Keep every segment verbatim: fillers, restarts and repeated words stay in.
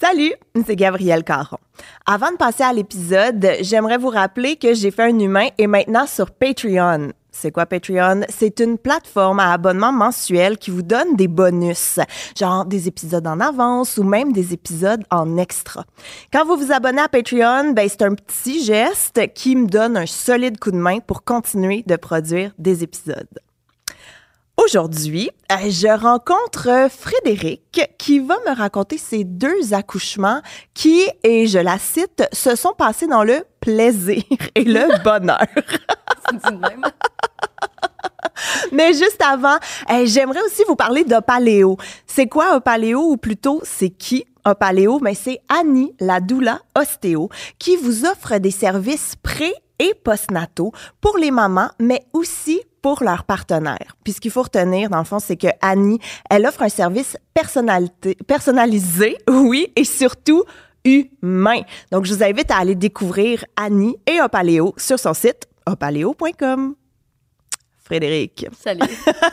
Salut, c'est Gabrielle Caron. Avant de passer à l'épisode, j'aimerais vous rappeler que J'ai fait un humain est maintenant sur Patreon. C'est quoi Patreon? C'est une plateforme à abonnement mensuel qui vous donne des bonus, genre des épisodes en avance ou même des épisodes en extra. Quand vous vous abonnez à Patreon, ben c'est un petit geste qui me donne un solide coup de main pour continuer de produire des épisodes. Aujourd'hui, je rencontre Frédéric qui va me raconter ses deux accouchements qui, et je la cite, se sont passés dans le plaisir et le bonheur. C'est dit de même. Mais juste avant, j'aimerais aussi vous parler d'Opaléo. C'est quoi Opaléo ou plutôt c'est qui Opaléo? Mais c'est Annie, la doula ostéo, qui vous offre des services pré- et postnataux pour les mamans, mais aussi pour leurs partenaires. Puis ce qu'il faut retenir, dans le fond, c'est que Annie, elle offre un service personnalité, personnalisé, oui, et surtout humain. Donc, je vous invite à aller découvrir Annie et Opaléo sur son site opaléo point com. Frédéric. Salut.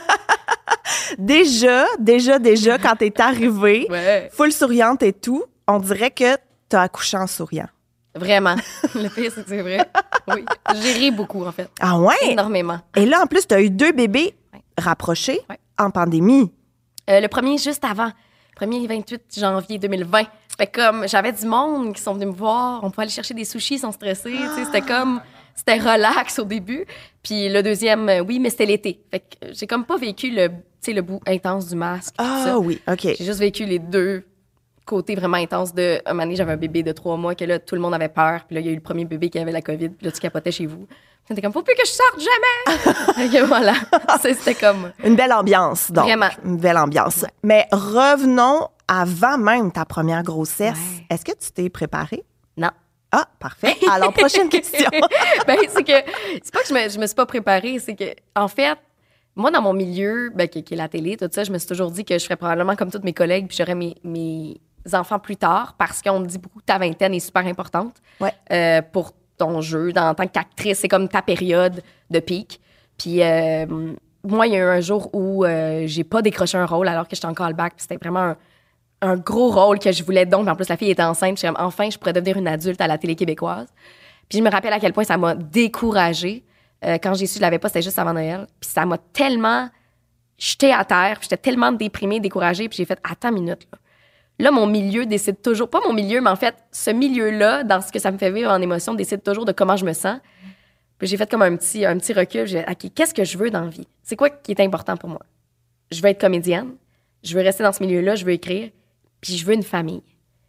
déjà, déjà, déjà, quand t'es arrivée, Ouais. full souriante et tout, on dirait que t'as accouché en souriant. Vraiment. Le pire, c'est que c'est vrai. Oui. J'ai ri beaucoup, en fait. Ah ouais? Énormément. Et là, en plus, t'as eu deux bébés Ouais. rapprochés Ouais. en pandémie. Euh, le premier, juste avant. Le premier, vingt-huit janvier deux mille vingt. Fait comme, j'avais du monde qui sont venus me voir. On pouvait aller chercher des sushis sans stresser. Tu sais, c'était comme, c'était relax au début. Puis le deuxième, euh, oui, mais c'était l'été. Fait que j'ai comme pas vécu le, tu sais, le bout intense du masque. tout Ah ça. oui, OK. J'ai juste vécu les deux côtés vraiment intenses de... Un moment donné, j'avais un bébé de trois mois que là, tout le monde avait peur. Puis là, il y a eu le premier bébé qui avait la COVID. Puis là, tu capotais chez vous. Puis t'es comme, faut plus que je sorte jamais! Fait que voilà. C'est- C'était comme... Une belle ambiance, donc. Vraiment. Une belle ambiance. Ouais. Mais revenons avant même ta première grossesse. Ouais. Est-ce que tu t'es préparée? Non. Ah, parfait. Alors, prochaine question. Ben, c'est que... C'est pas que je me, je me suis pas préparée. C'est que, en fait, moi, dans mon milieu, ben, qui, qui est la télé, tout ça, je me suis toujours dit que je ferais probablement comme tous mes collègues puis j'aurais mes... mes enfants plus tard parce qu'on me dit beaucoup que ta vingtaine est super importante Ouais. euh, pour ton jeu. Dans, en tant qu'actrice, c'est comme ta période de pic. Puis euh, moi, il y a eu un jour où euh, j'ai pas décroché un rôle alors que j'étais encore le bac. Puis c'était vraiment un, un gros rôle que je voulais donc. En plus, la fille était enceinte. Puis comme, enfin, je pourrais devenir une adulte à la télé québécoise. Puis je me rappelle à quel point ça m'a découragée. Euh, quand j'ai su que je l'avais pas, c'était juste avant Noël. Puis ça m'a tellement jeté à terre. Puis j'étais tellement déprimée, découragée. Puis j'ai fait, attends une minute, là. Là, mon milieu décide toujours, pas mon milieu, mais en fait, ce milieu-là, dans ce que ça me fait vivre en émotion, décide toujours de comment je me sens. Puis j'ai fait comme un petit, un petit recul. J'ai dit, OK, qu'est-ce que je veux dans la vie? C'est quoi qui est important pour moi? Je veux être comédienne, je veux rester dans ce milieu-là, je veux écrire, puis je veux une famille.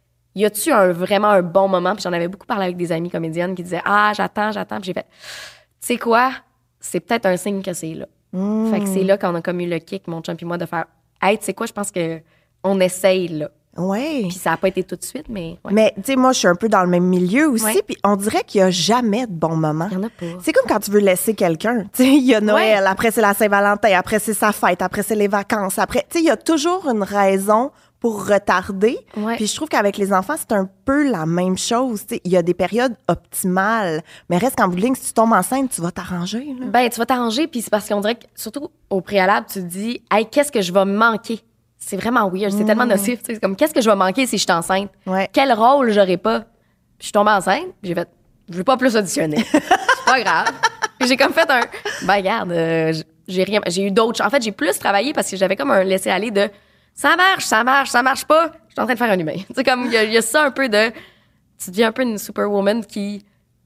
Y a-tu un, vraiment un bon moment? Puis j'en avais beaucoup parlé avec des amies comédiennes qui disaient, ah, j'attends, j'attends. Puis j'ai fait, tu sais quoi? C'est peut-être un signe que c'est là. Mmh. Fait que c'est là qu'on a comme eu le kick, mon chum et moi, de faire, hey, tu sais quoi? Je pense que on essaye là. Oui. Puis ça n'a pas été tout de suite, mais... Ouais. Mais, tu sais, moi, je suis un peu dans le même milieu aussi, Ouais. puis on dirait qu'il n'y a jamais de bons moments. Il y en a pas. C'est comme quand tu veux laisser quelqu'un. Tu sais, il y a Noël, Ouais. après c'est la Saint-Valentin, après c'est sa fête, après c'est les vacances, après... Tu sais, il y a toujours une raison pour retarder. Ouais. Puis je trouve qu'avec les enfants, c'est un peu la même chose. Tu sais, il y a des périodes optimales, mais reste qu'en bout de ligne, si tu tombes enceinte, tu vas t'arranger, là. Ben, tu vas t'arranger, puis c'est parce qu'on dirait que, surtout au préalable, tu te dis, hey, qu'est-ce que je vais manquer? C'est vraiment weird, c'est tellement nocif. Tu sais, c'est comme, qu'est-ce que je vais manquer si je suis enceinte? Ouais. Quel rôle j'aurais pas? Puis je suis tombée enceinte, puis j'ai fait, je veux pas plus auditionner. C'est pas grave. Puis j'ai comme fait un, ben, regarde, euh, j'ai rien, j'ai eu d'autres. En fait, j'ai plus travaillé parce que j'avais comme un laisser-aller de, ça marche, ça marche, ça marche pas, je suis en train de faire un humain. Tu sais, comme, il y, a- il y a ça un peu de, tu deviens un peu une superwoman qui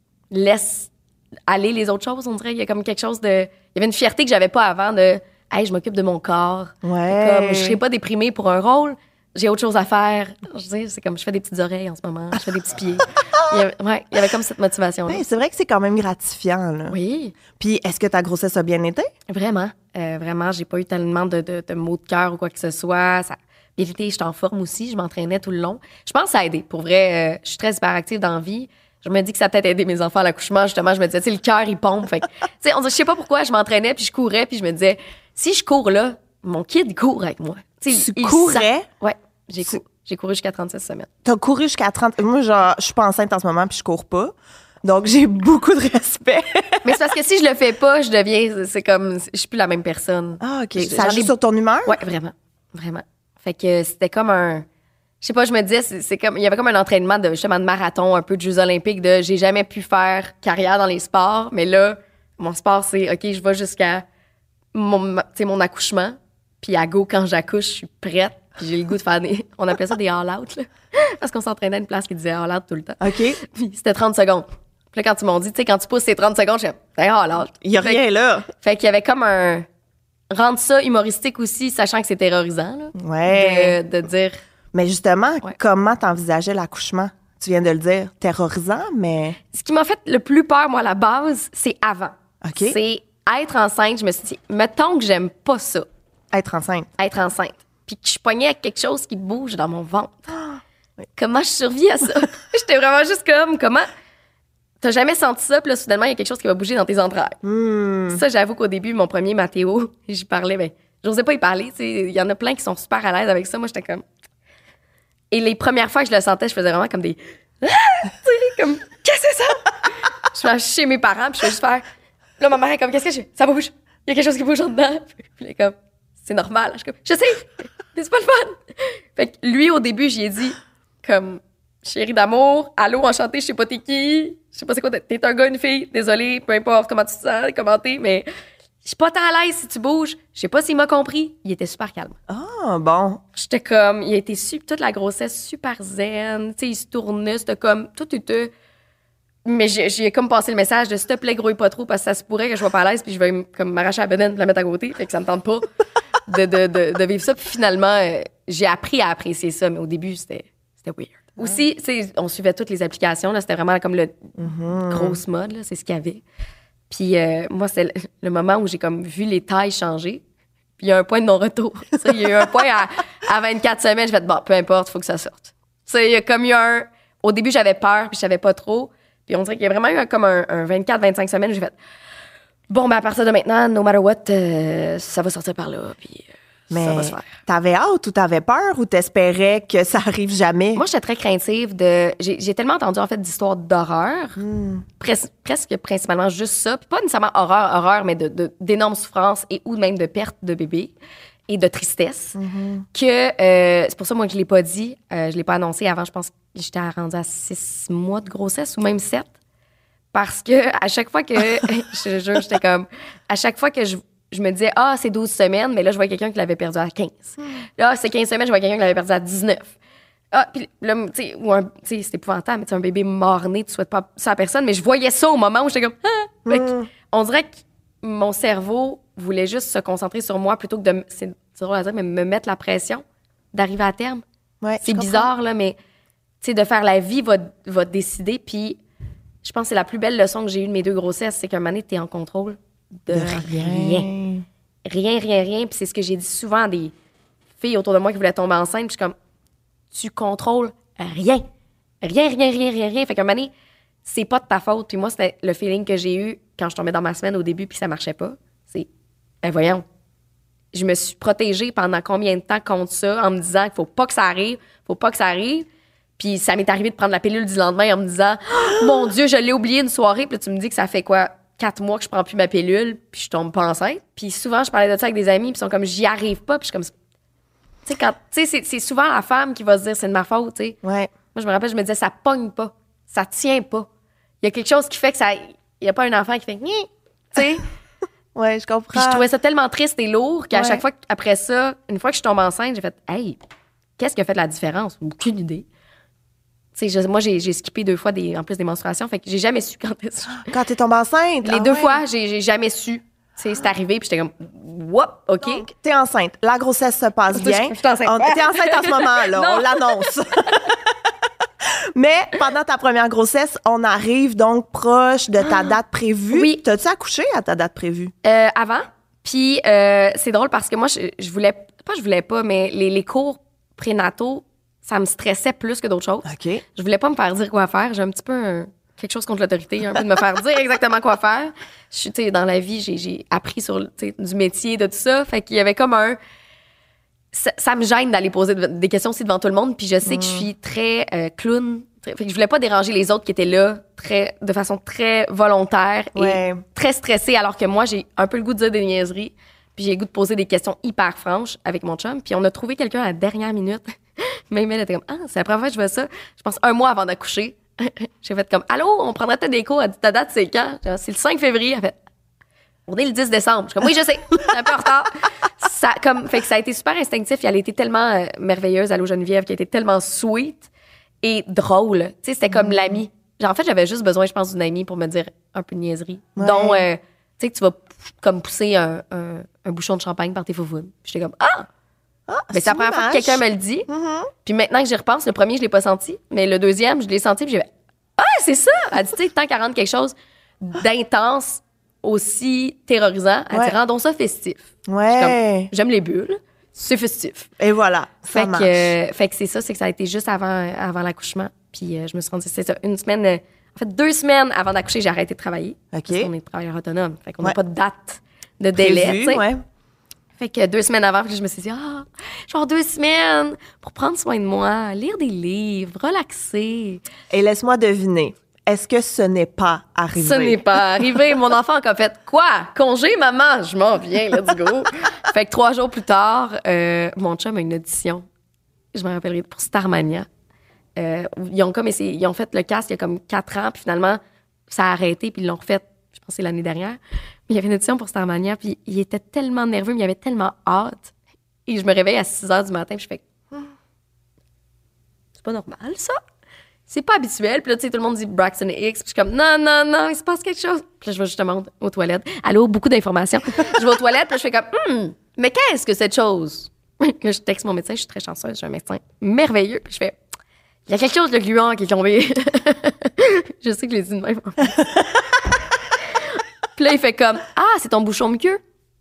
laisse aller les autres choses, on dirait. Il y a comme quelque chose de, il y avait une fierté que j'avais pas avant de, hey, je m'occupe de mon corps. Ouais. Comme, je serais pas déprimée pour un rôle. J'ai autre chose à faire. Je sais, c'est comme, je fais des petites oreilles en ce moment. Je fais des petits pieds. Il y avait, ouais, il y avait comme cette motivation-là. Ouais, c'est vrai que c'est quand même gratifiant, là. Oui, Puis est-ce que ta grossesse a bien été? vraiment. Euh, vraiment, j'ai pas eu tellement de, de, de maux de cœur ou quoi que ce soit. Ça, bien été, j'étais en forme aussi. Je m'entraînais tout le long. Je pense que ça a aidé. Pour vrai, euh, je suis très hyperactive dans la vie. Je me dis que ça a peut-être aidé mes enfants à l'accouchement. Justement, je me disais, tu sais, le cœur, il pompe. Fait que, tu sais, on dirait, je sais pas pourquoi, je m'entraînais, puis je courais, puis je me disais, si je cours là, mon kid court avec moi. Tu sais, Tu il courais? sent- Ouais, j'ai, cou- j'ai couru jusqu'à trente-six semaines. T'as couru jusqu'à trente... Moi, genre, je suis pas enceinte en ce moment, puis je cours pas. Donc, j'ai beaucoup de respect. Mais c'est parce que si je le fais pas, je deviens, c'est comme, je suis plus la même personne. Ah, OK. Je- Ça j'en joue ai- sur ton humeur? Ouais, vraiment, vraiment. Fait que c'était comme un, je sais pas, je me disais, c'est, c'est comme, il y avait comme un entraînement de, justement, de marathon, un peu de Jeux olympiques, de j'ai jamais pu faire carrière dans les sports, mais là, mon sport, c'est, OK, je vais jusqu'à mon, tu sais, mon accouchement, puis à go, quand j'accouche, je suis prête, puis j'ai le goût de faire des, on appelait ça des all-out, là, parce qu'on s'entraînait à une place qui disait all-out tout le temps. OK. Puis c'était trente secondes. Puis là, quand ils m'ont dit, tu sais, quand tu pousses ces trente secondes, je suis hey, all-out. Il y a fait rien que, là. Fait qu'il y avait comme un, rendre ça humoristique aussi, sachant que c'est terrorisant, là. Ouais. De, de dire... Mais justement, Ouais. comment t'envisageais l'accouchement? Tu viens de le dire, terrorisant, mais... Ce qui m'a fait le plus peur, moi, à la base, c'est avant. OK. C'est être enceinte. Je me suis dit, mettons que j'aime pas ça, Être enceinte. être enceinte, puis que je pognais avec quelque chose qui bouge dans mon ventre. Comment je survis à ça? J'étais vraiment juste comme, comment... T'as jamais senti ça, puis là, soudainement, il y a quelque chose qui va bouger dans tes entrailles. Hmm. Ça, j'avoue qu'au début, mon premier Mathéo, j'y parlais, ben, j'osais pas y parler. Il y en a plein qui sont super à l'aise avec ça. Moi, j'étais comme... Et les premières fois que je le sentais, je faisais vraiment comme des... Ah! Tu sais, comme, qu'est-ce que c'est ça? Je vais chez mes parents, puis je vais juste faire... Là, ma mère est comme, qu'est-ce que je fais? Ça bouge. Il y a quelque chose qui bouge en dedans. Puis elle est comme, c'est normal. Je suis comme, je sais, mais c'est pas le fun. Fait que lui, au début, j'y ai dit, comme, chérie d'amour, allô, enchanté, je sais pas t'es qui. Je sais pas c'est quoi, t'es un gars, une fille, désolé, peu importe comment tu te sens, commenter, mais je suis pas tant à l'aise si tu bouges. Je sais pas s'il m'a compris. Il était super calme. Ah, bon. J'étais comme, il a été su, toute la grossesse super zen, tu sais, il se tournait, c'était comme, tout était. Mais j'ai, j'ai comme passé le message de s'il te plaît, grouille pas trop, parce que ça se pourrait que je sois pas à l'aise, puis je vais m- comme m'arracher la bedaine et la mettre à côté, fait que ça me tente pas de, de, de, de vivre ça. Puis finalement, euh, j'ai appris à apprécier ça, mais au début, c'était, c'était weird. Aussi, tu sais, on suivait toutes les applications, là, c'était vraiment comme le Mhm. grosse mode, là, c'est ce qu'il y avait. Puis euh, moi, c'est le, le moment où j'ai comme vu les tailles changer. Puis il y a un point de non-retour. Tu sais, il y a eu un point à, à vingt-quatre semaines, j'ai fait, bon, peu importe, il faut que ça sorte. Tu sais, il y a comme eu un... Au début, j'avais peur, puis je savais pas trop. Puis on dirait qu'il y a vraiment eu un, comme un, un vingt-quatre vingt-cinq semaines où j'ai fait, bon, ben à partir de maintenant, no matter what, euh, ça va sortir par là, puis euh, Mais ça va se faire. t'avais hâte ou t'avais peur ou t'espérais que ça arrive jamais? Moi, j'étais très craintive de... J'ai, j'ai tellement entendu, en fait, d'histoires d'horreur, Hmm. pres- presque principalement juste ça, puis pas nécessairement horreur, horreur, mais de, de- d'énormes souffrances et ou même de perte de bébé et de tristesse, que euh, c'est pour ça, moi, que je l'ai pas dit, euh, je l'ai pas annoncé avant, je pense que j'étais rendue à six mois de grossesse ou même sept, parce que à chaque fois que... je te jure, j'étais comme... À chaque fois que je... Je me disais, ah, c'est douze semaines, mais là, je vois quelqu'un qui l'avait perdu à quinze. Là, c'est quinze semaines, je vois quelqu'un qui l'avait perdu à dix-neuf. Ah, puis là, tu sais, ou un, tu sais, c'est épouvantable, mais tu sais, un bébé mort-né, tu souhaites pas ça à personne, mais je voyais ça au moment où j'étais comme, ah! Fait que, on dirait que mon cerveau voulait juste se concentrer sur moi plutôt que de, me- c'est c'est drôle à dire, mais me mettre la pression d'arriver à terme. Ouais, C'est je bizarre, là, mais, tu sais, de faire la vie va, va décider, puis je pense que c'est la plus belle leçon que j'ai eue de mes deux grossesses, c'est qu'un moment donné, t'es en contrôle de, De rien. rien. Rien, rien, rien. Puis c'est ce que j'ai dit souvent à des filles autour de moi qui voulaient tomber enceinte. Puis je suis comme, tu contrôles rien. Rien, rien, rien, rien, rien. Fait qu'à un moment donné, c'est pas de ta faute. Puis moi, c'était le feeling que j'ai eu quand je tombais dans ma semaine au début puis ça marchait pas. C'est, ben voyons, je me suis protégée pendant combien de temps contre ça en me disant qu'il faut pas que ça arrive, faut pas que ça arrive. Puis ça m'est arrivé de prendre la pilule du lendemain en me disant, mon Dieu, je l'ai oublié une soirée. Puis là, tu me dis que ça fait quoi? Quatre mois que je prends plus ma pilule, puis je tombe pas enceinte. Puis souvent, je parlais de ça avec des amis, puis ils sont comme, j'y arrive pas. Puis je suis comme, tu sais, quand, tu sais, c'est, c'est souvent la femme qui va se dire, c'est de ma faute, tu sais. Ouais. Moi, je me rappelle, je me disais, ça pogne pas, ça tient pas. Il y a quelque chose qui fait que ça, il y a pas un enfant qui fait, Nyi tu sais. Ouais, je comprends. Puis je trouvais ça tellement triste et lourd qu'à Ouais. chaque fois, que- après ça, une fois que je tombe enceinte, j'ai fait, hey, qu'est-ce qui a fait la différence? Aucune idée. Tu sais, je- moi, j'ai, j'ai skippé deux fois des, en plus des menstruations, fait que j'ai jamais su quand est-ce que Quand t'es tombée enceinte? Les ah deux ouais. fois, j'ai, j'ai jamais su. Tu sais, c'est arrivé, puis j'étais comme, whoop, OK. Donc, t'es enceinte. La grossesse se passe Je- bien. je suis enceinte. On- T'es enceinte en ce moment, là. Non. On l'annonce. Mais pendant ta première grossesse, on arrive donc proche de ta date prévue. Oui. T'as-tu accouché à ta date prévue? Euh, avant, puis euh, c'est drôle parce que moi, je, je voulais, pas je voulais pas, mais les, les cours prénataux, ça me stressait plus que d'autres choses. OK. Je voulais pas me faire dire quoi faire. J'ai un petit peu un- quelque chose contre l'autorité, un peu de me faire dire exactement quoi faire. Je suis, tu sais, dans la vie, j'ai, j'ai appris sur, tu sais, du métier, de tout ça. Fait qu'il y avait comme un... Ça, ça me gêne d'aller poser de- des questions aussi devant tout le monde. Puis je sais que je suis très euh, clown. Très- fait que je voulais pas déranger les autres qui étaient là très, de façon très volontaire et Ouais. très stressée, alors que moi, j'ai un peu le goût de dire des niaiseries. Puis j'ai le goût de poser des questions hyper franches avec mon chum. Puis on a trouvé quelqu'un à la dernière minute. Même elle était comme, ah, c'est la première fois que je vois ça. Je pense un mois avant d'accoucher. J'ai fait comme, allô, on prendrait peut-être des cours. Elle dit, ta date, c'est quand? J'ai dit, c'est le cinq février. Elle fait, on est le dix décembre. Je suis comme, oui, je sais, je suis un peu en retard. Ça, comme, fait que ça a été super instinctif. Et elle a été tellement euh, merveilleuse, Allô Geneviève, qui a été tellement sweet et drôle. Tu sais, c'était comme mmh. l'amie. Genre, en fait, j'avais juste besoin, je pense, d'une amie pour me dire un peu de niaiserie. Ouais. Dont, euh, tu sais, que tu vas comme pousser un, un, un bouchon de champagne par tes foufounes. Puis j'étais comme, ah! Ah, mais c'est la première fois que quelqu'un me le dit. Mm-hmm. Puis maintenant que j'y repense, le premier, je l'ai pas senti. Mais le deuxième, je l'ai senti. Puis j'ai fait, ah, c'est ça! Elle dit, tu sais, tant qu'à rendre quelque chose d'intense, aussi terrorisant, elle ouais. dit, rendons ça festif. Ouais. Comme, j'aime les bulles. C'est festif. Et voilà, ça fait marche. Que, euh, fait que c'est ça, c'est que ça a été juste avant, avant l'accouchement. Puis euh, je me suis rendue, c'est ça, une semaine, euh, en fait, deux semaines avant d'accoucher, j'ai arrêté de travailler. OK. Parce qu'on est travailleur autonome. Fait qu'on n'a ouais. pas de date de délai, tu sais. Ouais. Fait que deux semaines avant, je me suis dit, ah, genre deux semaines pour prendre soin de moi, lire des livres, relaxer. Et laisse-moi deviner. Est-ce que ce n'est pas arrivé? Ce n'est pas arrivé. Mon enfant a fait quoi? Congé, maman? Je m'en viens, let's go. Fait que trois jours plus tard, euh, mon chum a une audition. Je me rappellerai pour Starmania. Euh, ils ont comme essayé, ils ont fait le cast il y a comme quatre ans, puis finalement, ça a arrêté, puis ils l'ont refait, je pense que c'est l'année dernière. Mais il y avait une audition pour Starmania, puis il était tellement nerveux, mais il avait tellement hâte. Et je me réveille à six heures du matin, puis je fais hm, c'est pas normal, ça? C'est pas habituel. Puis là, tu sais, tout le monde dit Braxton Hicks. Puis je suis comme, non, non, non, il se passe quelque chose. Puis là, je vais justement aux toilettes. Allô, beaucoup d'informations. Je vais aux toilettes, puis je fais comme, hum, mais qu'est-ce que cette chose? Là, je texte mon médecin, je suis très chanceuse, j'ai un médecin merveilleux. Puis je fais, il y a quelque chose de gluant qui est tombé. Je sais que je l'ai dit de même. Puis là, il fait comme, ah, c'est ton bouchon muqueux.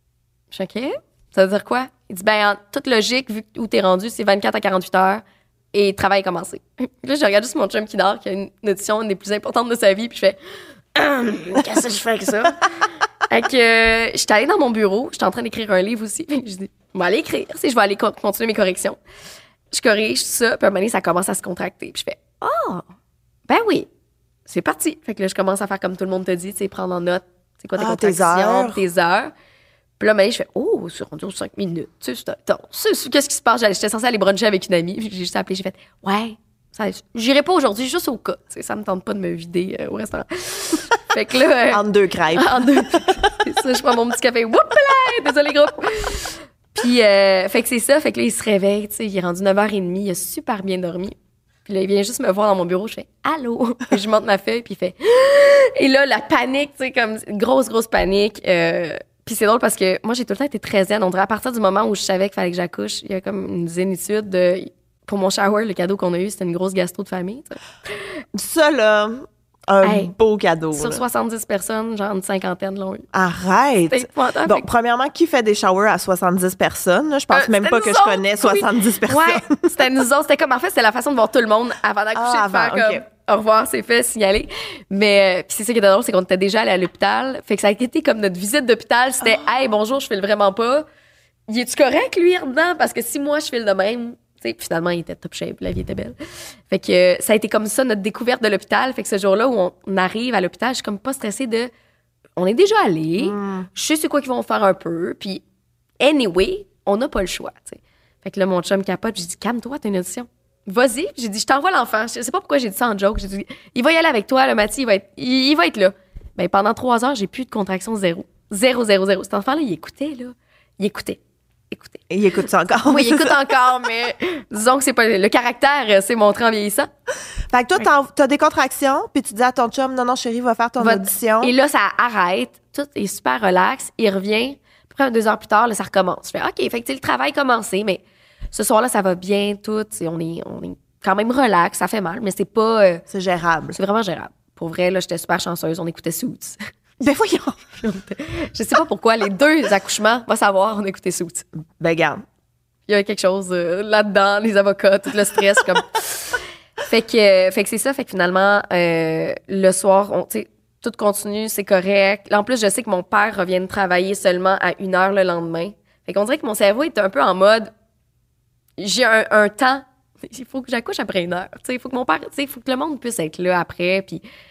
Je fais, OK. Ça veut dire quoi? Il dit, ben, en toute logique, vu où t'es rendu, c'est vingt-quatre à quarante-huit heures. Et le travail est commencé. Là, je regarde juste mon chum qui dort, qui a une audition, une des plus importantes de sa vie, puis je fais hum, qu'est-ce que je fais avec ça? Fait que euh, j'étais allée dans mon bureau, j'étais en train d'écrire un livre aussi. Fait que je dis, je vais aller écrire, si je vais aller co- continuer mes corrections. Je corrige tout ça, puis à un moment donné, ça commence à se contracter. Puis je fais ah, oh, ben oui, c'est parti. Fait que là, je commence à faire comme tout le monde te dit, tu sais, prendre en note, c'est quoi tes ah, contractions, tes heures. tes heures. Puis là, ben, je fais, oh, c'est rendu aux cinq minutes. Tu sais, attends, qu'est-ce qui se passe? J'étais censée aller bruncher avec une amie. J'ai juste appelé, j'ai fait, ouais, ça, j'irai pas aujourd'hui, juste au cas. Tu sais, ça me tente pas de me vider euh, au restaurant. Fait que là. Euh, entre deux crêpes. Entre deux. C'est ça, je prends mon petit café. Whoop là! Désolé, groupe. Puis, euh, fait que c'est ça. Fait que là, il se réveille, tu sais, il est rendu neuf heures trente. Il a super bien dormi. Puis là, il vient juste me voir dans mon bureau. Je fais, allô? Puis je monte ma feuille, puis il fait, et là, la panique, tu sais, comme, grosse, grosse panique. Euh, Puis c'est drôle parce que moi, j'ai tout le temps été très zen. On dirait à partir du moment où je savais qu'il fallait que j'accouche, il y a comme une zénitude de... Pour mon shower, le cadeau qu'on a eu, c'était une grosse gastro de famille. T'sais. Ça, là, un hey, beau cadeau. Sur là. soixante-dix personnes, genre une cinquantaine l'ont eu. Arrête! Bon, premièrement, qui fait des showers à soixante-dix personnes? Là? Je pense euh, même pas que autres. Je connais soixante-dix oui. personnes. Ouais, c'était nous autres. C'était comme, en fait, c'était la façon de voir tout le monde avant d'accoucher, ah, de faire avant, comme... Okay. Au revoir, c'est fait, signaler. Mais, euh, puis c'est ça qui était drôle, c'est qu'on était déjà allés à l'hôpital. Fait que ça a été comme notre visite d'hôpital. C'était, oh. Hey, bonjour, je file vraiment pas. Il est-tu correct, lui, dedans? Parce que si moi, je file de même, tu sais, finalement, il était top shape, la vie était belle. Fait que euh, ça a été comme ça, notre découverte de l'hôpital. Fait que ce jour-là où on, on arrive à l'hôpital, je suis comme pas stressée de, on est déjà allé, mm. je sais c'est quoi qu'ils vont faire un peu. Puis, anyway, on n'a pas le choix, tu sais. Fait que là, mon chum capote, j'ai dit, calme-toi, t'as une audition. Vas-y. J'ai dit, je t'envoie l'enfant. Je sais pas pourquoi j'ai dit ça en joke. J'ai dit, il va y aller avec toi, le Mathieu, il va être, il, il va être là. Ben, pendant trois heures, j'ai plus de contraction zéro. Zéro, zéro, zéro. Cet enfant-là, il écoutait, là. Il écoutait. Écoutait. Et il écoute ça encore. Oui, il écoute encore, mais disons que c'est pas, le caractère s'est montré en vieillissant. Fait que toi, t'as, t'as des contractions, puis tu dis à ton chum, non, non, chérie, va faire ton va, audition. Et là, ça arrête. Tout est super relax. Il revient. Après, deux heures plus tard, là, ça recommence. Je fais, OK, fait que le travail a commencé, mais ce soir-là, ça va bien, tout. On est, on est quand même relax, ça fait mal, mais c'est pas... Euh, c'est gérable. C'est vraiment gérable. Pour vrai, là, j'étais super chanceuse. On écoutait Suits. Ben voyons! Je sais pas pourquoi, les deux accouchements, va savoir, on écoutait Suits. Ben garde. Il y a quelque chose euh, là-dedans, les avocats, tout le stress, comme... Fait que, euh, fait que c'est ça, fait que finalement, euh, le soir, on, tu sais, tout continue, c'est correct. Là, en plus, je sais que mon père revient de travailler seulement à une heure le lendemain. Fait qu'on dirait que mon cerveau est un peu en mode... J'ai un, un temps... Il faut que j'accouche après une heure. Il faut que mon père... Il faut que le monde puisse être là après, puis...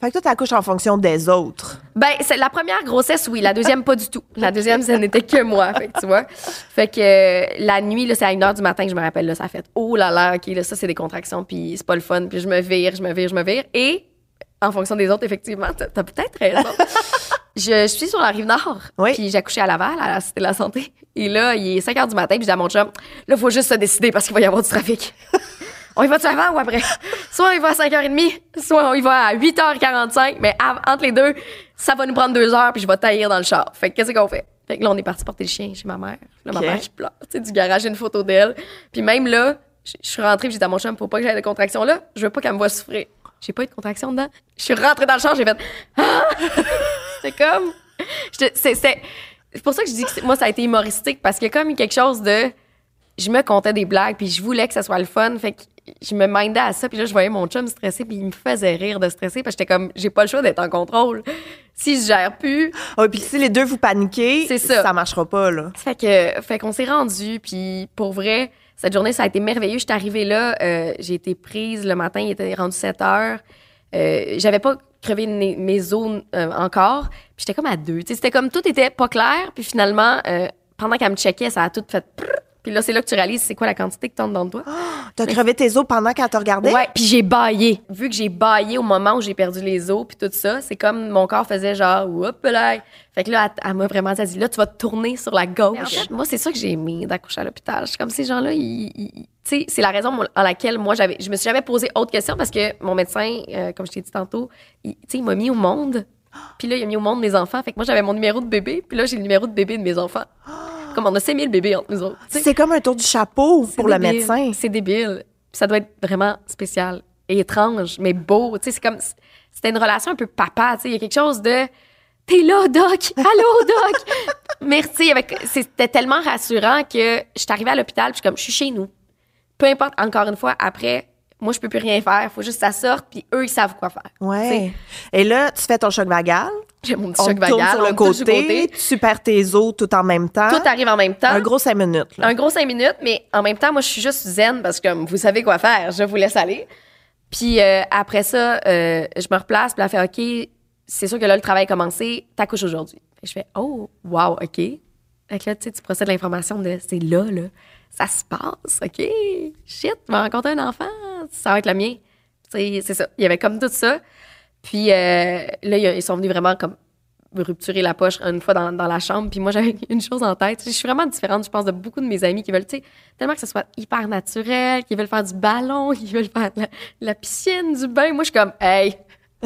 Fait que toi, t'accouches en fonction des autres. Ben, c'est la première grossesse, oui. La deuxième, pas du tout. La deuxième, ça n'était que moi. Fait que, tu vois. Fait que euh, la nuit, là, c'est à une heure du matin que je me rappelle, là, ça a fait « Oh là là, OK, là, ça, c'est des contractions, puis c'est pas le fun. » Puis je me vire, je me vire, je me vire. Et en fonction des autres, effectivement, t'as, t'as peut-être raison. je, je suis sur la Rive-Nord. Oui. Puis j'ai accouché à Laval, à la Cité de la Santé. Et là, il est cinq heures du matin, puis je dis à mon chum « Là, faut juste se décider parce qu'il va y avoir du trafic. » On y va-tu avant ou après? Soit on y va à cinq heures trente, soit on y va à huit heures quarante-cinq, mais à, entre les deux, ça va nous prendre deux heures, puis je vais taillir dans le char. Fait que qu'est-ce qu'on fait? Fait que là, on est parti porter le chien chez ma mère. Là, ma okay. mère qui pleure. Tu sais, du garage, j'ai une photo d'elle. Puis même là, je suis rentrée, puis j'ai dit à mon chum, faut pas que j'aie de contraction là. Je veux pas qu'elle me voie souffrir. J'ai pas eu de contraction dedans. Je suis rentrée dans le char, j'ai fait ah! C'était comme. C'est, c'est, c'est pour ça que je dis que moi, ça a été humoristique, parce qu'il y a comme eu quelque chose de. Je me contais des blagues, puis je voulais que ça soit le fun. Fait que je me mindais à ça, puis là, je voyais mon chum stressé, puis il me faisait rire de stresser, parce que j'étais comme, j'ai pas le choix d'être en contrôle. Si je gère plus... Oh, puis si les deux vous paniquez, c'est ça. Ça marchera pas, là. Fait que, fait qu'on s'est rendus, puis pour vrai, cette journée, ça a été merveilleux. J'étais arrivée là, euh, j'ai été prise le matin, il était rendu sept heures. Euh, j'avais pas crevé mes, mes os euh, encore, puis j'étais comme à deux. T'sais, c'était comme, tout était pas clair, puis finalement, euh, pendant qu'elle me checkait, ça a tout fait... Puis là, c'est là que tu réalises c'est quoi la quantité qui tombe dans le doigt. Oh, t'as mais... crevé tes os pendant qu'elle te regardait? Ouais, puis j'ai bâillé. Vu que j'ai bâillé au moment où j'ai perdu les os, puis tout ça, c'est comme mon corps faisait genre, hop là. Fait que là, elle, elle m'a vraiment dit, elle dit, là, tu vas te tourner sur la gauche. En fait, moi, c'est ça que j'ai aimé d'accoucher à l'hôpital. Je suis comme ces gens-là, ils. ils tu sais, c'est la raison en laquelle moi, j'avais, je me suis jamais posé autre question parce que mon médecin, euh, comme je t'ai dit tantôt, il, il m'a mis au monde. Puis là, il a mis au monde mes enfants. Fait que moi, j'avais mon numéro de bébé, puis là, j'ai le numéro de bébé de mes enfants. Comme on a cinq mille bébés entre nous autres. T'sais. C'est comme un tour du chapeau pour débile. Le médecin. C'est débile. Puis ça doit être vraiment spécial et étrange, mais beau. C'est comme... C'était une relation un peu papa. Il y a quelque chose de... T'es là, Doc! Allô, Doc! Merci. Avec... C'était tellement rassurant que je suis arrivée à l'hôpital puis je suis comme, je suis chez nous. Peu importe, encore une fois, après... Moi, je peux plus rien faire. Il faut juste que ça sorte, puis eux, ils savent quoi faire. Ouais. T'sais. Et là, tu fais ton choc vagal. J'ai mon petit on choc vagal. Tourne sur le côté, côté. Tu perds tes os tout en même temps. Tout arrive en même temps. Un gros cinq minutes. Là. Un gros cinq minutes, mais en même temps, moi, je suis juste zen parce que comme vous savez quoi faire, je vous laisse aller. Puis euh, après ça, euh, je me replace, puis elle fait OK, c'est sûr que là, le travail a commencé, t'accouches aujourd'hui. Fait que je fais Oh, wow, OK. Fait que là, tu sais, tu procèdes l'information de c'est là, là. Ça se passe, OK. Shit, tu vas rencontrer un enfant, ça va être le mien. C'est, c'est ça. Il y avait comme tout ça. Puis euh, là, ils sont venus vraiment comme rupturer la poche une fois dans, dans la chambre. Puis moi, j'avais une chose en tête. Je suis vraiment différente, je pense, de beaucoup de mes amis qui veulent, tu sais, tellement que ce soit hyper naturel, qui veulent faire du ballon, qui veulent faire de la, la piscine, du bain. Moi, je suis comme, hey,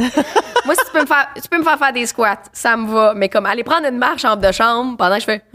moi, si tu peux me faire, tu peux me faire faire des squats, ça me va. Mais comme aller prendre une marche en robe de chambre pendant que je fais,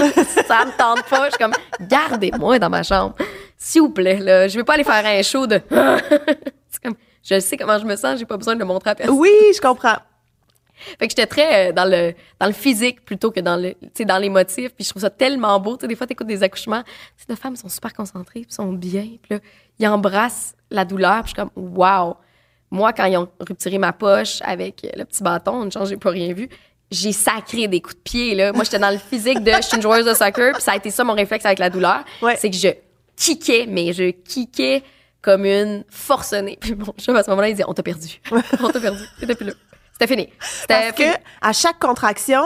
ça me tente pas. Je suis comme, gardez-moi dans ma chambre, s'il vous plaît. Là, je vais pas aller faire un show de. C'est comme, je sais comment je me sens, j'ai pas besoin de le montrer à personne. Oui, je comprends. Fait que j'étais très euh, dans le dans le physique plutôt que dans le tu sais dans l'émotif, puis je trouve ça tellement beau. Tu sais, des fois t'écoutes des accouchements, tu sais, les femmes sont super concentrées, puis sont bien, puis là ils embrassent la douleur, puis je suis comme waouh. Moi, quand ils ont rupturé ma poche avec le petit bâton, une chance, j'ai pas rien vu, j'ai sacré des coups de pied, là. Moi, j'étais dans le physique de... Je suis une joueuse de soccer, puis ça a été ça, mon réflexe avec la douleur. Ouais. C'est que je kickais, mais je kickais comme une forcenée. Puis bon, je à ce moment-là, il disait « On t'a perdu. On t'a perdu. T'étais plus là. C'était fini. » Parce fini. Que à chaque contraction,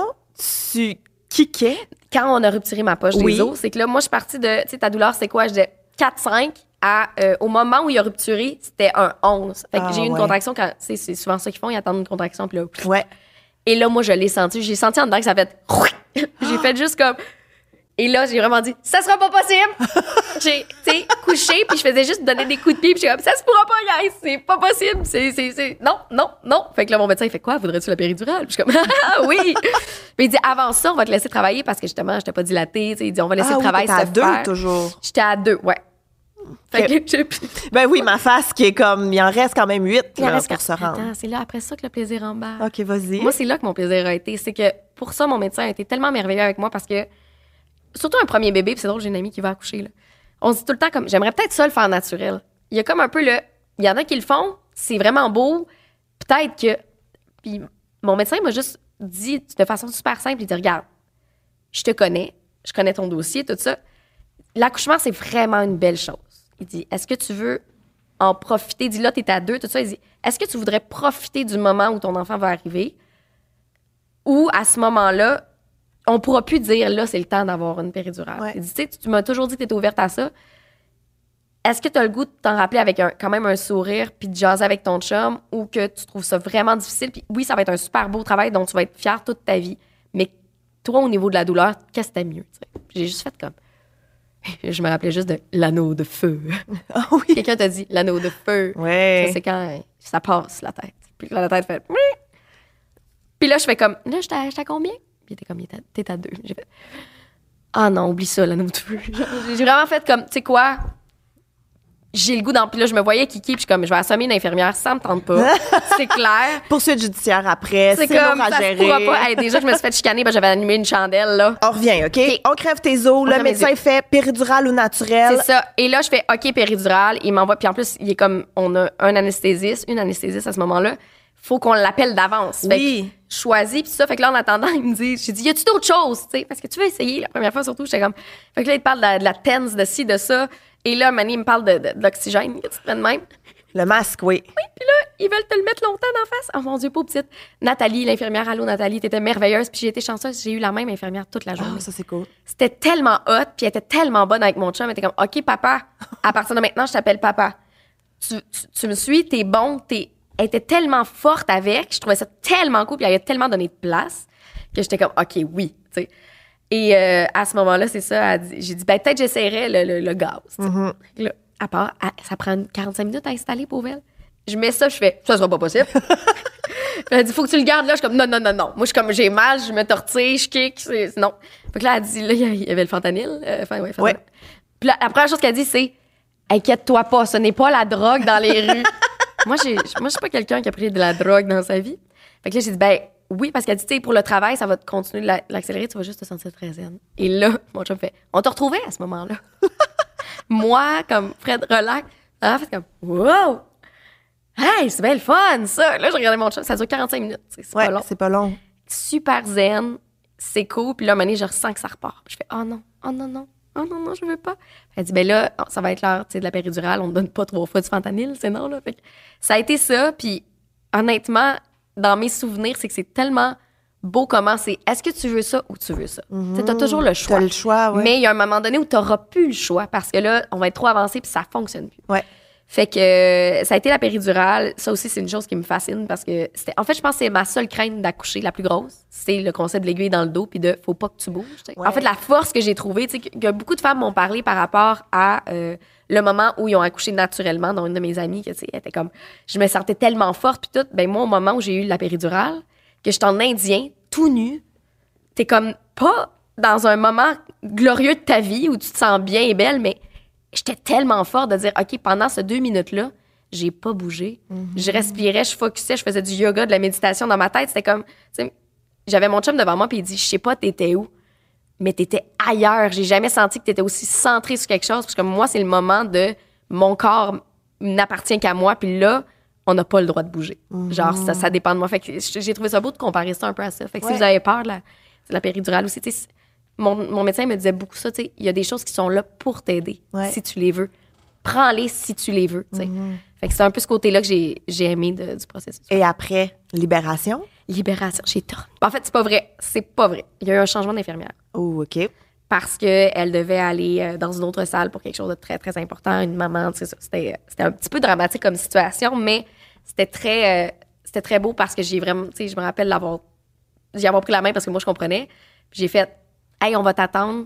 tu kickais. Quand on a rupturé ma poche oui. des os, c'est que là, moi, je suis partie de... Tu sais, ta douleur, c'est quoi? Je disais quatre cinq. À, euh, au moment où il a rupturé, c'était un onze. Fait que ah, j'ai eu une ouais. contraction quand, c'est souvent ça qu'ils font, ils attendent une contraction, puis là, ouais. Et là, moi, je l'ai senti. J'ai senti en dedans que ça fait, j'ai fait juste comme, et là, j'ai vraiment dit, ça sera pas possible. J'ai, tu sais, couché, puis je faisais juste donner des coups de pied, puis j'ai comme, ça se pourra pas, guys, c'est pas possible, c'est, c'est, c'est, non, non, non. Fait que là, mon médecin, il fait quoi? Voudrais-tu la péridurale? Puis je suis comme, ah oui. Puis il dit, avant ça, on va te laisser travailler parce que justement, j'étais pas dilatée, tu sais, il dit, on va laisser ah, le oui, travail se à faire. deux, toujours. J'étais à deux, ouais. Fait que j'ai... Ben oui, ma face qui est comme, il en reste quand même huit là, pour se rendre. Attends, c'est là après ça que le plaisir embarque. OK, vas-y. Moi, c'est là que mon plaisir a été. C'est que pour ça, mon médecin a été tellement merveilleux avec moi parce que, surtout un premier bébé, puis c'est drôle, j'ai une amie qui va accoucher, là. On se dit tout le temps comme, j'aimerais peut-être ça le faire naturel. Il y a comme un peu le, il y en a qui le font, c'est vraiment beau, peut-être que, puis mon médecin m'a juste dit de façon super simple, il dit, regarde, je te connais, je connais ton dossier, tout ça. L'accouchement, c'est vraiment une belle chose. Il dit, est-ce que tu veux en profiter. Dis là, t'es à deux, tout ça. Il dit, est-ce que tu voudrais profiter du moment où ton enfant va arriver? Ou à ce moment-là, on pourra plus dire, là, c'est le temps d'avoir une péridurale. Ouais. Il dit, tu sais, tu m'as toujours dit que t'étais ouverte à ça. Est-ce que tu as le goût de t'en rappeler avec un, quand même un sourire puis de jaser avec ton chum ou que tu trouves ça vraiment difficile? Puis oui, ça va être un super beau travail dont tu vas être fière toute ta vie. Mais toi, au niveau de la douleur, qu'est-ce que t'as mieux? T'sais? J'ai juste fait comme... Je me rappelais juste de l'anneau de feu. Ah oui. Quelqu'un t'a dit l'anneau de feu. Ouais. Ça, c'est quand euh, ça passe la tête. Puis là, la tête fait... Puis là, je fais comme... Là, j'étais à, j'étais à combien? Puis t'es comme... T'es à deux. J'ai fait... Ah non, oublie ça, l'anneau de feu. J'ai vraiment fait comme... Tu sais quoi? J'ai le goût d'en... Puis là, je me voyais kiki, puis je suis comme, je vais assommer une infirmière, ça me tente pas. C'est clair. Poursuite judiciaire après, c'est, C'est lourd comme, à ça gérer. se pourra pas. Hey, déjà, je me suis fait chicaner, ben, j'avais allumé une chandelle, là. On revient, OK? OK. On crève tes os, le crève mes médecin os. fait péridurale ou naturelle. C'est ça. Et là, je fais OK, péridurale. Il m'envoie. Puis en plus, il est comme, on a un anesthésiste, une anesthésiste à ce moment-là. Faut qu'on l'appelle d'avance. Fait Oui. que je choisis, puis ça. Fait que là, en attendant, il me dit, j'ai dit, y a-tu d'autres choses, tu sais? Parce que tu veux essayer. La première fois, surtout, j'étais comme. Fait que là, il te parle de la, de la tense, de ci, de ça. Et là, Manny, il me parle de, de, de l'oxygène. Que tu te prennes même. Le masque, oui. Oui, puis là, ils veulent te le mettre longtemps d'en face. Oh mon Dieu, pauvre petite. Nathalie, l'infirmière, allô Nathalie, t'étais merveilleuse. Puis j'ai été chanceuse, j'ai eu la même infirmière toute la journée. Ah, ça, c'est cool. C'était tellement hot, puis elle était tellement bonne avec mon chum. Elle était comme, OK, papa, à partir de maintenant, je t'appelle papa. Tu, tu, tu me suis, t'es bon, t'es... Elle était tellement forte avec, je trouvais ça tellement cool, puis elle a tellement donné de place que j'étais comme, OK, oui, tu sais. Et euh, à ce moment-là, c'est ça, elle dit- j'ai dit, ben peut-être j'essaierais le, le, le gaz. tu sais. Mm-hmm. Là, à part, à- ça prend quarante-cinq minutes à installer pour elle. Je mets ça, je fais, ça sera pas possible. Puis elle dit, faut que tu le gardes là. Je suis comme, non, non, non, non. Moi, je suis comme, j'ai mal, je me tortille, je kick. c'est- Non. Fait que là, elle dit, là, il y avait le fentanyl. euh, Enfin, ouais, fentanyl. Ouais. Puis là, la première chose qu'elle dit, c'est, inquiète-toi pas, ce n'est pas la drogue dans les rues. moi, j'ai, moi, je suis pas quelqu'un qui a pris de la drogue dans sa vie. Fait que là, j'ai dit, ben, oui, parce qu'elle dit, tu sais, pour le travail, ça va te continuer de la- l'accélérer, tu vas juste te sentir très zen. Et là, mon chum fait, on te retrouvait à ce moment-là. Moi, comme Fred, relax. Elle a fait comme, wow! Hey, c'est bien le fun, ça! Là, je regardais mon chum, ça dure quarante-cinq minutes. C'est c'est Ouais, pas long. c'est pas long. Super zen, c'est cool. Puis là, à un moment donné, je ressens que ça repart. Puis je fais, oh non, oh non, non, oh non, non, je veux pas. Elle dit, ben là, ça va être l'heure, tu sais, de la péridurale. On ne donne pas trois fois du fentanyl, c'est non, là. Fait que ça a été ça. Puis honnêtement, dans mes souvenirs, c'est que c'est tellement beau comment c'est, est-ce que tu veux ça ou tu veux ça? Tu sais, t'as toujours le choix. T'as le choix, ouais. Mais il y a un moment donné où t'auras plus le choix parce que là, on va être trop avancé puis ça fonctionne plus. Ouais. Fait que euh, ça a été la péridurale. Ça aussi, c'est une chose qui me fascine parce que c'était. En fait, je pense que c'est ma seule crainte d'accoucher, la plus grosse. C'est le concept de l'aiguille dans le dos puis de faut pas que tu bouges. tu sais. Ouais. En fait, la force que j'ai trouvée, tu sais, que, que beaucoup de femmes m'ont parlé par rapport à euh, le moment où ils ont accouché naturellement, dont une de mes amies, que tu sais, elle était comme. Je me sentais tellement forte puis tout. Ben moi, au moment où j'ai eu la péridurale, que j'étais en indien, tout nu, t'es comme pas dans un moment glorieux de ta vie où tu te sens bien et belle, mais j'étais tellement forte de dire, OK, pendant ces deux minutes-là, j'ai pas bougé. Mm-hmm. Je respirais, je focusais, je faisais du yoga, de la méditation dans ma tête. C'était comme, tu sais, j'avais mon chum devant moi, puis il dit, je sais pas, t'étais où, mais t'étais ailleurs. J'ai jamais senti que t'étais aussi centré sur quelque chose, parce que moi, c'est le moment de mon corps n'appartient qu'à moi, puis là, on n'a pas le droit de bouger. Mm-hmm. Genre, ça, ça dépend de moi. Fait que j'ai trouvé ça beau de comparer ça un peu à ça. Fait que Ouais. si vous avez peur de la, de la péridurale aussi, tu sais, mon, mon médecin me disait beaucoup ça, tu sais, il y a des choses qui sont là pour t'aider, Ouais. si tu les veux. Prends-les si tu les veux, tu sais. Mm-hmm. Fait que c'est un peu ce côté-là que j'ai, j'ai aimé de- du processus. Et après, libération. Libération, j'ai dormi. En fait, c'est pas vrai. C'est pas vrai. Il y a eu un changement d'infirmière Oh, OK. parce qu'elle devait aller euh, dans une autre salle pour quelque chose de très, très important. Une maman, tu sais, ça, c'était, c'était un petit peu dramatique comme situation, mais c'était très, euh, c'était très beau parce que j'ai vraiment, tu sais, je me rappelle l'avoir, j'y avoir pris la main parce que moi, je comprenais. Puis j'ai fait, hey, on va t'attendre.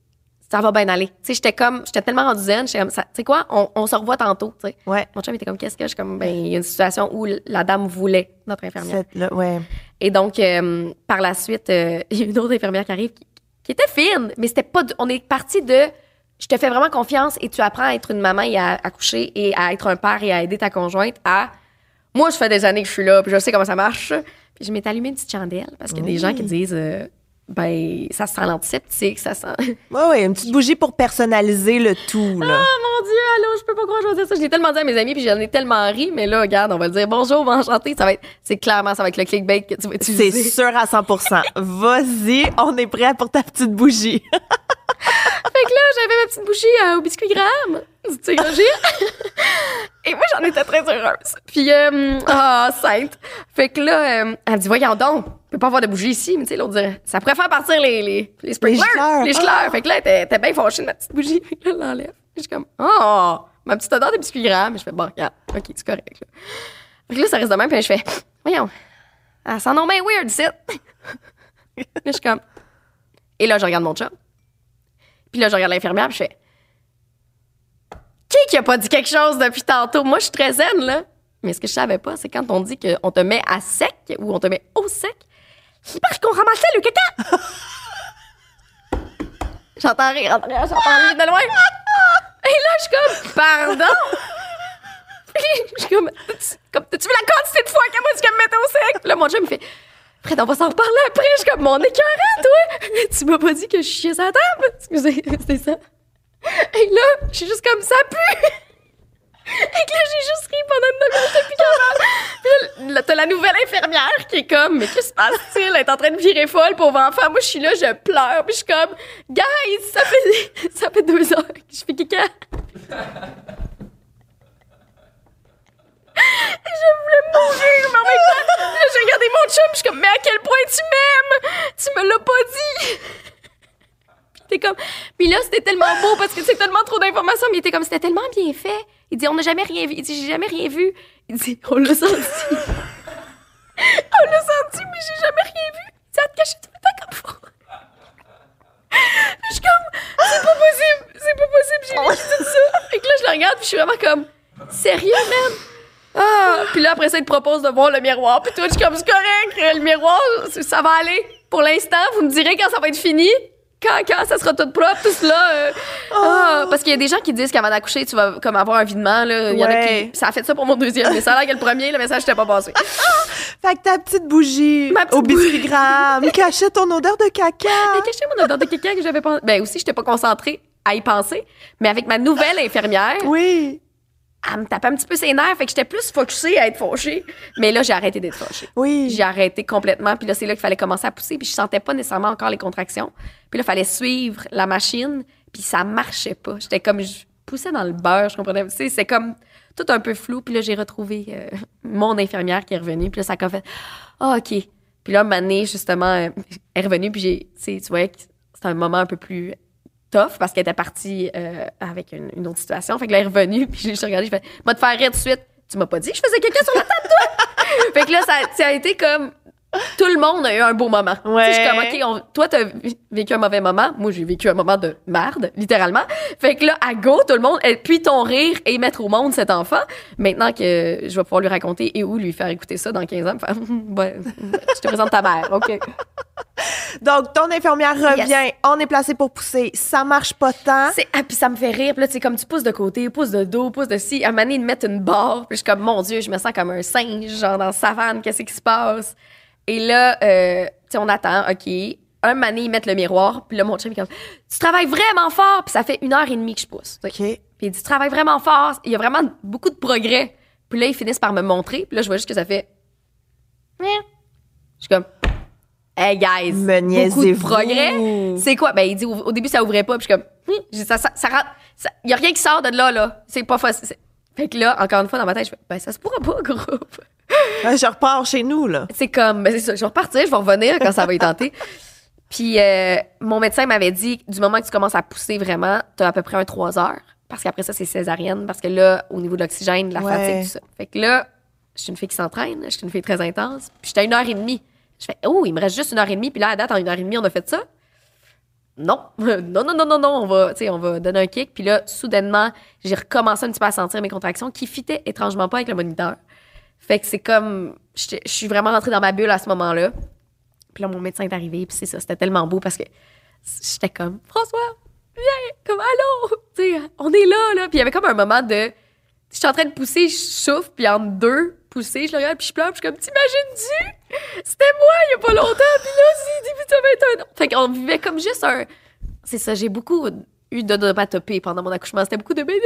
Ça va bien aller. Tu sais, j'étais comme, j'étais tellement rendue zen. J'étais comme, ça- tu sais quoi, on, on se revoit tantôt, tu sais. Ouais. Mon chum était comme, qu'est-ce que je suis comme, ben, il y a une situation où la dame voulait notre infirmière. Cette, là, ouais. Et donc, euh, par la suite, euh, il y a une autre infirmière qui arrive qui, qui était fine, mais c'était pas. du- on est parti de. Je te fais vraiment confiance et tu apprends à être une maman et à accoucher et à être un père et à aider ta conjointe à. Moi, je fais des années que je suis là, puis je sais comment ça marche. Puis je m'étais allumé une petite chandelle parce qu'il y a des gens qui disent. euh, ben, ça sent l'antiseptique, ça sent. Ouais, ouais, une petite bougie pour personnaliser le tout, là. Oh mon Dieu, allô, je peux pas croire que je vais dire ça. Je l'ai tellement dit à mes amis, puis j'en ai tellement ri, mais là, regarde, on va le dire bonjour, enchanté. Ça va être, c'est clairement, ça va être le clickbait que tu vas utiliser. C'est sûr à cent pour cent. Vas-y, on est prêt pour ta petite bougie. Fait que là, j'avais ma petite bougie euh, au biscuit Graham. Tu sais, et moi, j'en étais très heureuse. Puis, euh, ah, oh, sainte. Fait que là, euh, elle dit, voyons donc, on peut pas avoir de bougie ici. Mais tu sais, l'autre dirait, ça pourrait faire partir les, les, les sprinklers. Les gicleurs. Ah. Fait que là, elle était bien fâchée de ma petite bougie. Fait que là, elle l'enlève. Je suis comme, oh, ma petite odeur de biscuit Graham. Je fais, bon, regarde, OK, c'est correct. Là. Fait que là, ça reste de même. Puis je fais, voyons, elle sent non bien weird, ici. Là, je suis comme, et là, je regarde mon chum. Puis là, je regarde l'infirmière, puis je fais, qui qui a pas dit quelque chose depuis tantôt? Moi, je suis très zen, là. Mais ce que je savais pas, c'est quand on dit qu'on te met à sec ou on te met au sec, c'est parce qu'on ramassait le caca. J'entends rire, j'entends rire, j'entends rire de loin. Et là, je suis comme, pardon? Puis je suis comme, comme, tu veux la quantité de fois qu'elle m'a dit qu'elle me mettait au sec? Puis là, mon chum me fait, Fred, on va s'en reparler après. Je suis comme, mon écœurant, toi! Tu m'as pas dit que je chiais sa table? Excusez, c'était ça. Et là, je suis juste comme, ça pue! Et que là, j'ai juste ri pendant une demi-heure, j'étais plus capable. Puis là, t'as la nouvelle infirmière qui est comme, mais qu'est-ce qui se passe-t-il? Elle est en train de virer folle, pauvre enfant. Moi, je suis là, je pleure. Puis je suis comme, guys, ça fait, ça fait deux heures que je fais caca. Et je voulais mourir, mais en même temps, là, j'ai regardé mon chum, je suis comme, mais à quel point tu m'aimes? Tu me l'as pas dit! Puis t'es comme, puis là, c'était tellement beau parce que c'est tellement trop d'informations, mais il était comme, c'était tellement bien fait. Il dit, on n'a jamais rien vu. Il dit, j'ai jamais rien vu. Il dit, on l'a senti. On l'a senti, mais j'ai jamais rien vu. Il dit, à te cacher tout le temps comme faut. Puis je suis comme, c'est pas possible, c'est pas possible, j'ai vécu tout ça. Et que là, je le regarde, puis je suis vraiment comme, sérieux, man? Ah! Puis là, après ça, il te propose de voir le miroir. Puis toi, je suis comme, c'est correct, le miroir, ça va aller. Pour l'instant, vous me direz quand ça va être fini. Quand, quand ça sera tout propre, tout cela. Euh, oh. ah, parce qu'il y a des gens qui disent qu'avant d'accoucher, tu vas comme avoir un videment. Là. Il y en a qui. Ça a fait ça pour mon deuxième. Mais ça a l'air que le premier, le message n'était pas passé. Fait que ta petite bougie Ma petite au biscuit Graham cachait ton odeur de caca. Elle cachait mon odeur de caca que j'avais pensé. Ben aussi, je n'étais pas concentrée à y penser. Mais avec ma nouvelle infirmière. Oui. Elle me tapait un petit peu ses nerfs, fait que j'étais plus focusée à être fâchée. Mais là, j'ai arrêté d'être fâchée. Oui. J'ai arrêté complètement, puis là, c'est là qu'il fallait commencer à pousser, puis je sentais pas nécessairement encore les contractions. Puis là, il fallait suivre la machine, puis ça marchait pas. J'étais comme, je poussais dans le beurre, je comprenais. Tu sais, c'est comme tout un peu flou, puis là, j'ai retrouvé euh, mon infirmière qui est revenue, puis là, ça a fait, ah, oh, OK. Puis là, Mané, justement, euh, est revenue, puis j'ai, tu sais, tu vois, c'était un moment un peu plus tough parce qu'elle était partie euh, avec une, une autre situation. Fait que là, elle est revenue, puis j'ai juste regardé, j'ai fait, moi, te faire rire tout de suite. Tu m'as pas dit que je faisais quelqu'un sur la table, toi? Fait que là, ça, ça a été comme, tout le monde a eu un beau moment. Ouais. Je suis comme, OK, on, toi, t'as vécu un mauvais moment. Moi, j'ai vécu un moment de merde, littéralement. Fait que là, à go, tout le monde, et puis ton rire et mettre au monde cet enfant. Maintenant que je vais pouvoir lui raconter et où lui faire écouter ça dans quinze ans, faire, ouais, je te présente ta mère, OK. Donc, ton infirmière revient, yes. On est placé pour pousser, ça marche pas tant. C'est, ah, puis ça me fait rire, puis là, c'est comme tu pousses de côté, pousses de dos, pousses de ci. À un moment donné, ils me mettent une barre, puis je suis comme, mon Dieu, je me sens comme un singe, genre dans la savane, qu'est-ce qui se passe? Et là, euh, tu sais, on attend, OK. Un moment donné, ils mettent le miroir, puis là, mon chum, il est comme, tu travailles vraiment fort, puis ça fait une heure et demie que je pousse. OK. Puis il dit, tu travailles vraiment fort, il y a vraiment beaucoup de progrès. Puis là, ils finissent par me montrer, puis là, je vois juste que ça fait. Je suis comme, hey guys, me beaucoup de progrès. C'est quoi? Ben, il dit, au, au début, ça ouvrait pas, puis je suis comme, hm, ça, ça, ça, ça, y a rien qui sort de là, là. C'est pas facile. Fait que là, encore une fois, dans ma tête, je fais, ben, ça se pourra pas, groupe. Je repars chez nous, là. C'est comme, ben, c'est ça, je vais repartir, je vais revenir quand ça va y tenter. Puis, euh, mon médecin m'avait dit, du moment que tu commences à pousser vraiment, t'as à peu près un trois heures. Parce qu'après ça, c'est césarienne. Parce que là, au niveau de l'oxygène, de la ouais. fatigue, tout ça. Fait que là, je suis une fille qui s'entraîne, je suis une fille très intense. Puis, j'étais à une heure et demie. Je fais, oh, il me reste juste une heure et demie. Puis là, à date, en une heure et demie, on a fait ça. Non, non, non, non, non, non, on va, on va donner un kick. Puis là, soudainement, j'ai recommencé un petit peu à sentir mes contractions qui fitaient étrangement pas avec le moniteur. Fait que c'est comme, je suis vraiment rentrée dans ma bulle à ce moment-là. Puis là, mon médecin est arrivé, puis c'est ça, c'était tellement beau parce que j'étais comme, François, viens, comme, allô, tu sais, on est là, là. Puis il y avait comme un moment de, je suis en train de pousser, je souffle, puis entre deux poussées, je le regarde, puis je pleure, puis je suis comme, t'imagines-tu? C'était moi il y a pas longtemps, puis là, c'est début de vingt et un ans. Fait qu'on vivait comme juste un, c'est ça, j'ai beaucoup eu d'onomatopée pendant mon accouchement. C'était beaucoup de, tu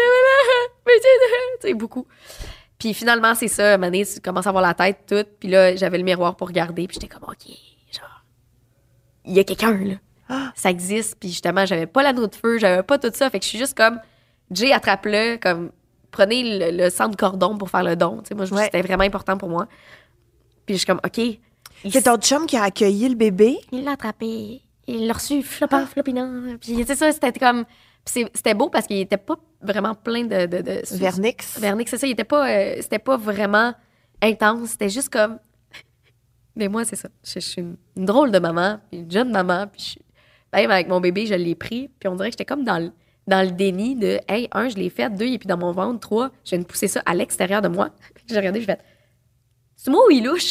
sais, beaucoup. Puis finalement, c'est ça, à un moment donné, tu commences à avoir la tête toute, puis là, j'avais le miroir pour regarder, puis j'étais comme, OK, genre, il y a quelqu'un, là. ah. ça existe. Puis justement, j'avais pas l'anneau de feu, j'avais pas tout ça. Fait que je suis juste comme, Jay, attrape-le, comme, prenez le, le centre cordon pour faire le don. Tu sais, moi, je ouais. c'était vraiment important pour moi. Puis je suis comme, OK. C'est ton chum qui a accueilli le bébé? Il l'a attrapé. Il l'a reçu, floppant, ah. flopinant. Puis c'est ça, c'était comme... Puis c'était beau parce qu'il était pas vraiment plein de... de, de Vernix. Vernix, c'est ça. Il était pas... Euh, c'était pas vraiment intense. C'était juste comme... Mais moi, c'est ça. Je, je suis une, une drôle de maman, puis une jeune maman. Puis je, même avec mon bébé, je l'ai pris. Puis on dirait que j'étais comme dans le, dans le déni de « Hey, un, je l'ai fait. Deux, il est puis dans mon ventre. Trois, je viens de pousser ça à l'extérieur de moi. » J'ai regardé, je fait « C'est moi ou il louche? »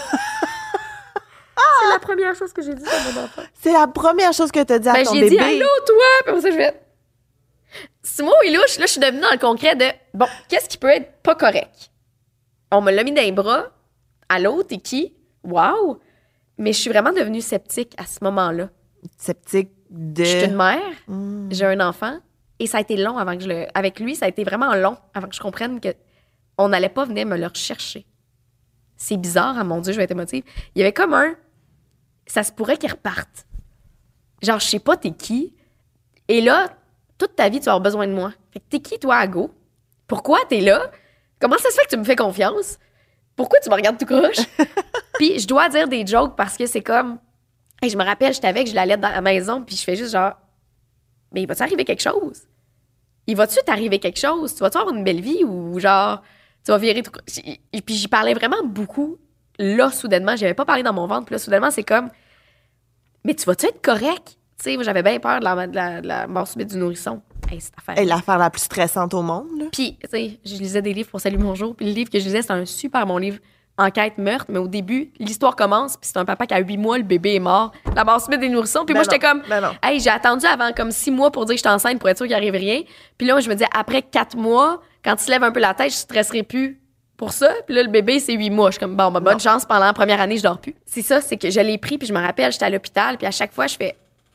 C'est la première chose que j'ai dit à mon enfant. C'est la première chose que tu as dit à ben, ton j'ai bébé. J'ai dit « Allô, toi? » Puis après ça, je vais c'est moi ou il louche? Là, je suis devenue dans le concret de bon, qu'est-ce qui peut être pas correct? On me l'a mis dans les bras. À l'autre, et qui? Wow! Mais je suis vraiment devenue sceptique à ce moment-là. Sceptique de... Je suis une mère, mmh. j'ai un enfant, et ça a été long avant que je le... Avec lui, ça a été vraiment long avant que je comprenne qu'on n'allait pas venir me le rechercher. C'est bizarre, hein, mon Dieu, je vais être émotive. Il y avait comme un... Ça se pourrait qu'il reparte. Genre, je sais pas t'es qui. Et là, toute ta vie, tu vas avoir besoin de moi. Fait que t'es qui, toi, à go? Pourquoi t'es là? Comment ça se fait que tu me fais confiance? Pourquoi tu me regardes tout croche? Puis je dois dire des jokes parce que c'est comme... Hey, je me rappelle, j'étais avec, je l'allais dans la maison, puis je fais juste genre... Mais il va-tu arriver quelque chose? Il va-tu t'arriver quelque chose? Tu vas-tu avoir une belle vie ou genre... Tu vas virer tout... Et puis j'y parlais vraiment beaucoup. Là, soudainement, j'avais pas parlé dans mon ventre. Puis là, soudainement, c'est comme... Mais tu vas-tu être correct? Tu sais, moi, j'avais bien peur de la, de la, de la mort subite du nourrisson. Hey, cette affaire. Et l'affaire la plus stressante au monde. Là. Puis, tu sais, je lisais des livres pour Salut Bonjour. Puis le livre que je lisais, c'était un super bon livre, Enquête meurtre. Mais au début, l'histoire commence. Puis c'est un papa qui a huit mois, le bébé est mort. La mort subite des nourrissons. Puis ben moi, j'étais comme, ben non. Hey, j'ai attendu avant comme six mois pour dire que j'étais enceinte pour être sûre qu'il arrive rien. Puis là, je me disais, après quatre mois, quand il se lève un peu la tête, je stresserai plus pour ça. Puis là, le bébé, c'est huit mois. Je suis comme, bon, ben, bonne non. chance pendant la première année, je dors plus. C'est ça, c'est que je l'ai pris. Puis je me rappelle, j'étais à l'hôpital. Puis à chaque fois, je fais,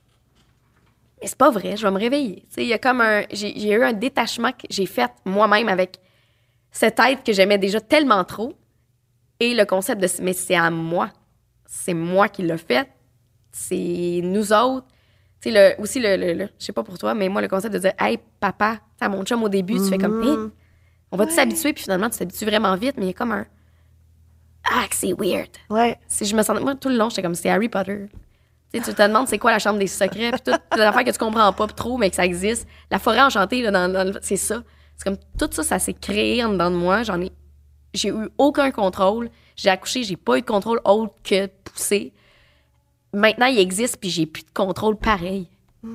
mais c'est pas vrai, je vais me réveiller. Il y a comme un. J'ai, j'ai eu un détachement que j'ai fait moi-même avec cette aide que j'aimais déjà tellement trop. Et le concept de. Mais c'est à moi. C'est moi qui l'ai fait. C'est nous autres. Tu sais, le, aussi, le, le, le. Je sais pas pour toi, mais moi, le concept de dire, hey, papa, à mon chum au début, mm-hmm. tu fais comme, hey, on va ouais. s'habituer, puis finalement, tu t'habitues vraiment vite, mais il y a comme un. Ah, que c'est weird. Ouais. C'est, je me sentais. Moi, tout le long, j'étais comme, c'est Harry Potter. Tu te demandes c'est quoi la chambre des secrets, puis toutes les affaires que tu comprends pas trop, mais que ça existe. La forêt enchantée, là, dans, dans, c'est ça. C'est comme tout ça, ça s'est créé en dedans de moi. J'en ai, j'ai eu aucun contrôle. J'ai accouché, j'ai pas eu de contrôle autre que pousser. Maintenant, il existe, puis j'ai plus de contrôle pareil.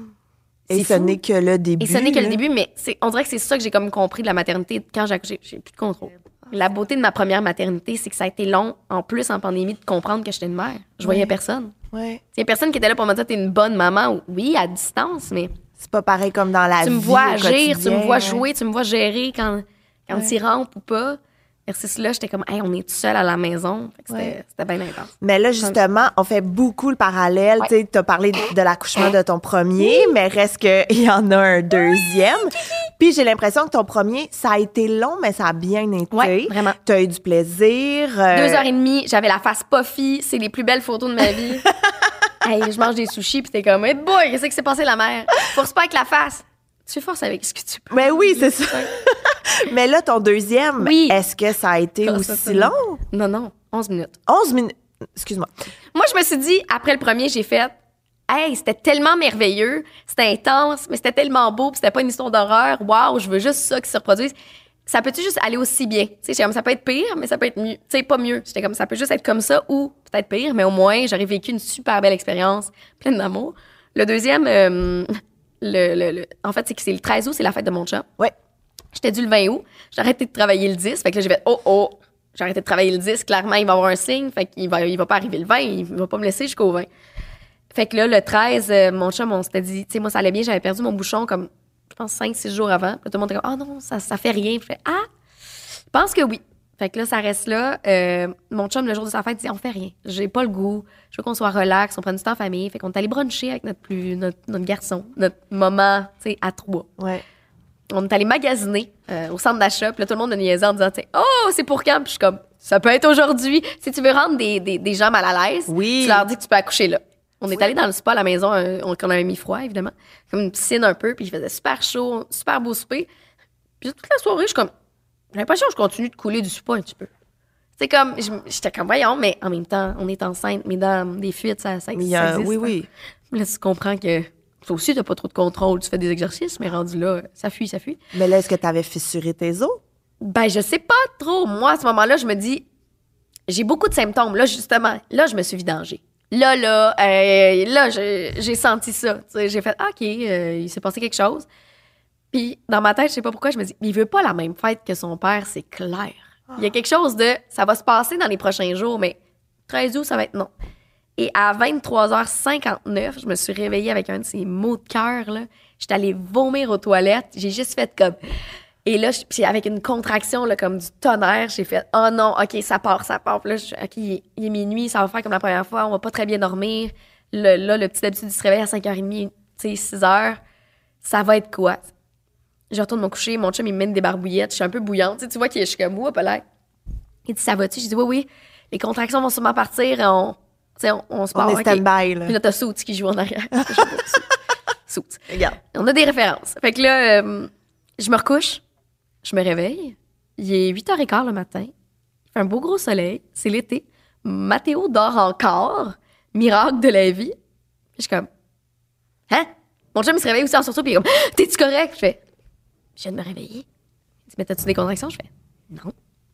Et ce n'est que le début. Et ce n'est que le début, mais c'est, on dirait que c'est ça que j'ai comme compris de la maternité. Quand j'ai accouché, j'ai plus de contrôle. La beauté de ma première maternité, c'est que ça a été long, en plus, en pandémie, de comprendre que j'étais une mère. Je voyais ouais. personne. Ouais. Il y a personne qui était là pour me dire t'es une bonne maman. Oui, à distance, mais... C'est pas pareil comme dans la tu vie me vois au agir, quotidien, tu me vois ouais. jouer, tu me vois gérer quand, quand ouais. tu y rentres ou pas. Versus là, j'étais comme, hey, on est tout seul à la maison. Fait que c'était, ouais. c'était bien intense. Mais là, justement, on fait beaucoup le parallèle. Ouais. Tu as parlé de, de l'accouchement de ton premier, oui. mais reste qu'il y en a un deuxième. Puis j'ai l'impression que ton premier, ça a été long, mais ça a bien été. Oui, vraiment. Tu as eu du plaisir. Euh... Deux heures et demie, j'avais la face puffy. C'est les plus belles photos de ma vie. Hey, je mange des sushis, puis t'es comme, hey boy, qu'est-ce qui s'est passé, la mère? Force pas avec la face. Tu forces avec ce que tu peux. Mais oui, c'est ça. Mais là, ton deuxième, oui. est-ce que ça a été aussi ça, long? Non, non, onze minutes. onze minutes. Excuse-moi. Moi, je me suis dit, après le premier, j'ai fait, hey, c'était tellement merveilleux, c'était intense, mais c'était tellement beau, puis c'était pas une histoire d'horreur. Waouh, je veux juste ça qui se reproduise. Ça peut-tu juste aller aussi bien? Tu sais, j'étais comme, ça peut être pire, mais ça peut être mieux. Tu sais, pas mieux. J'étais comme, ça peut juste être comme ça ou peut-être pire, mais au moins, j'aurais vécu une super belle expérience, pleine d'amour. Le deuxième, euh, le, le, le, en fait, c'est que c'est le treize août, c'est la fête de mon chum. Ouais. J'étais dû le vingt août. J'ai arrêté de travailler le dix. Fait que là, j'ai fait, oh, oh, j'ai arrêté de travailler le dix. Clairement, il va avoir un signe. Fait qu'il va, il va pas arriver le vingt. Il va pas me laisser jusqu'au vingt. Fait que là, le treize, euh, mon chum, on s'était dit, tu sais, moi, ça allait bien. J'avais perdu mon bouchon comme, je pense, cinq six jours avant. Puis tout le monde était comme, oh non, ça, ça fait rien. Je fais, ah, je pense que oui. Fait que là, ça reste là. Euh, mon chum, le jour de sa fête, dit, on fait rien. J'ai pas le goût. Je veux qu'on soit relax, on prenne du temps en famille. Fait qu'on est allé bruncher avec notre plus, notre, notre garçon, notre maman, tu sais, à trois. Ouais. On est allé magasiner euh, au centre d'achat. Puis là, tout le monde me niaisait en disant, oh, c'est pour quand? Puis je suis comme, ça peut être aujourd'hui. Si tu veux rendre des, des, des gens mal à l'aise, oui. tu leur dis que tu peux accoucher là. On est Oui. allé dans le spa à la maison, euh, on, qu'on avait mis froid, évidemment. Comme une piscine un peu, puis il faisait super chaud, super beau souper. Puis toute la soirée, je suis comme... J'ai l'impression que je continue de couler du spa un petit peu. C'est comme... je- J'étais comme, voyons, mais en même temps, on est enceinte, mesdames, des fuites, ça, ça, Mais il y ça a- existe. oui, hein. oui. Là, tu comprends que... Toi aussi, t'as pas trop de contrôle. Tu fais des exercices, mais rendu là, ça fuit, ça fuit. Mais là, est-ce que tu avais fissuré tes os? Ben, je sais pas trop. Moi, à ce moment-là, je me dis... J'ai beaucoup de symptômes. Là, justement, là, je me suis vidangée. Là, là, euh, là, j'ai j'ai senti ça. Tu sais, j'ai fait, ah, OK, euh, il s'est passé quelque chose. Puis, dans ma tête, je sais pas pourquoi, je me dis, il veut pas la même fête que son père, c'est clair. Il y a quelque chose de, ça va se passer dans les prochains jours, mais treize août, ça va être non. Et à vingt-trois heures cinquante-neuf, je me suis réveillée avec un de ces maux de cœur, là. J'étais allée vomir aux toilettes. J'ai juste fait comme... Et là, je- puis avec une contraction là, comme du tonnerre, j'ai fait « Oh non, OK, ça part, ça part. » Puis là, je, OK, il est, il est minuit, ça va faire comme la première fois, on va pas très bien dormir. Le, là, le petit d'habitude, il se réveille à cinq heures trente, tu sais, six heures. Ça va être quoi? Je retourne me coucher, mon chum, il me met des barbouillettes, je suis un peu bouillante. Tu sais, tu vois qu'il est, je suis comme « Ouah, là. » Il dit « Ça va-tu? » J'ai dit « Oui, oui, les contractions vont sûrement partir, on, tu sais, on, on se part. On est OK. stand-by, là. Puis là, t'as Sout qui joue en arrière. Sout. Regarde. On a des références. Fait que là, euh, je me recouche, je me réveille. Il est huit heures quinze le matin. Il fait un beau gros soleil. C'est l'été. Mathéo dort encore. Miracle de la vie. Puis je suis comme, hein? Mon chum, il se réveille aussi en sursaut, puis il est comme, t'es-tu correct? Je fais, je viens de me réveiller. Il dit, mais t'as-tu des contractions? Je fais, non.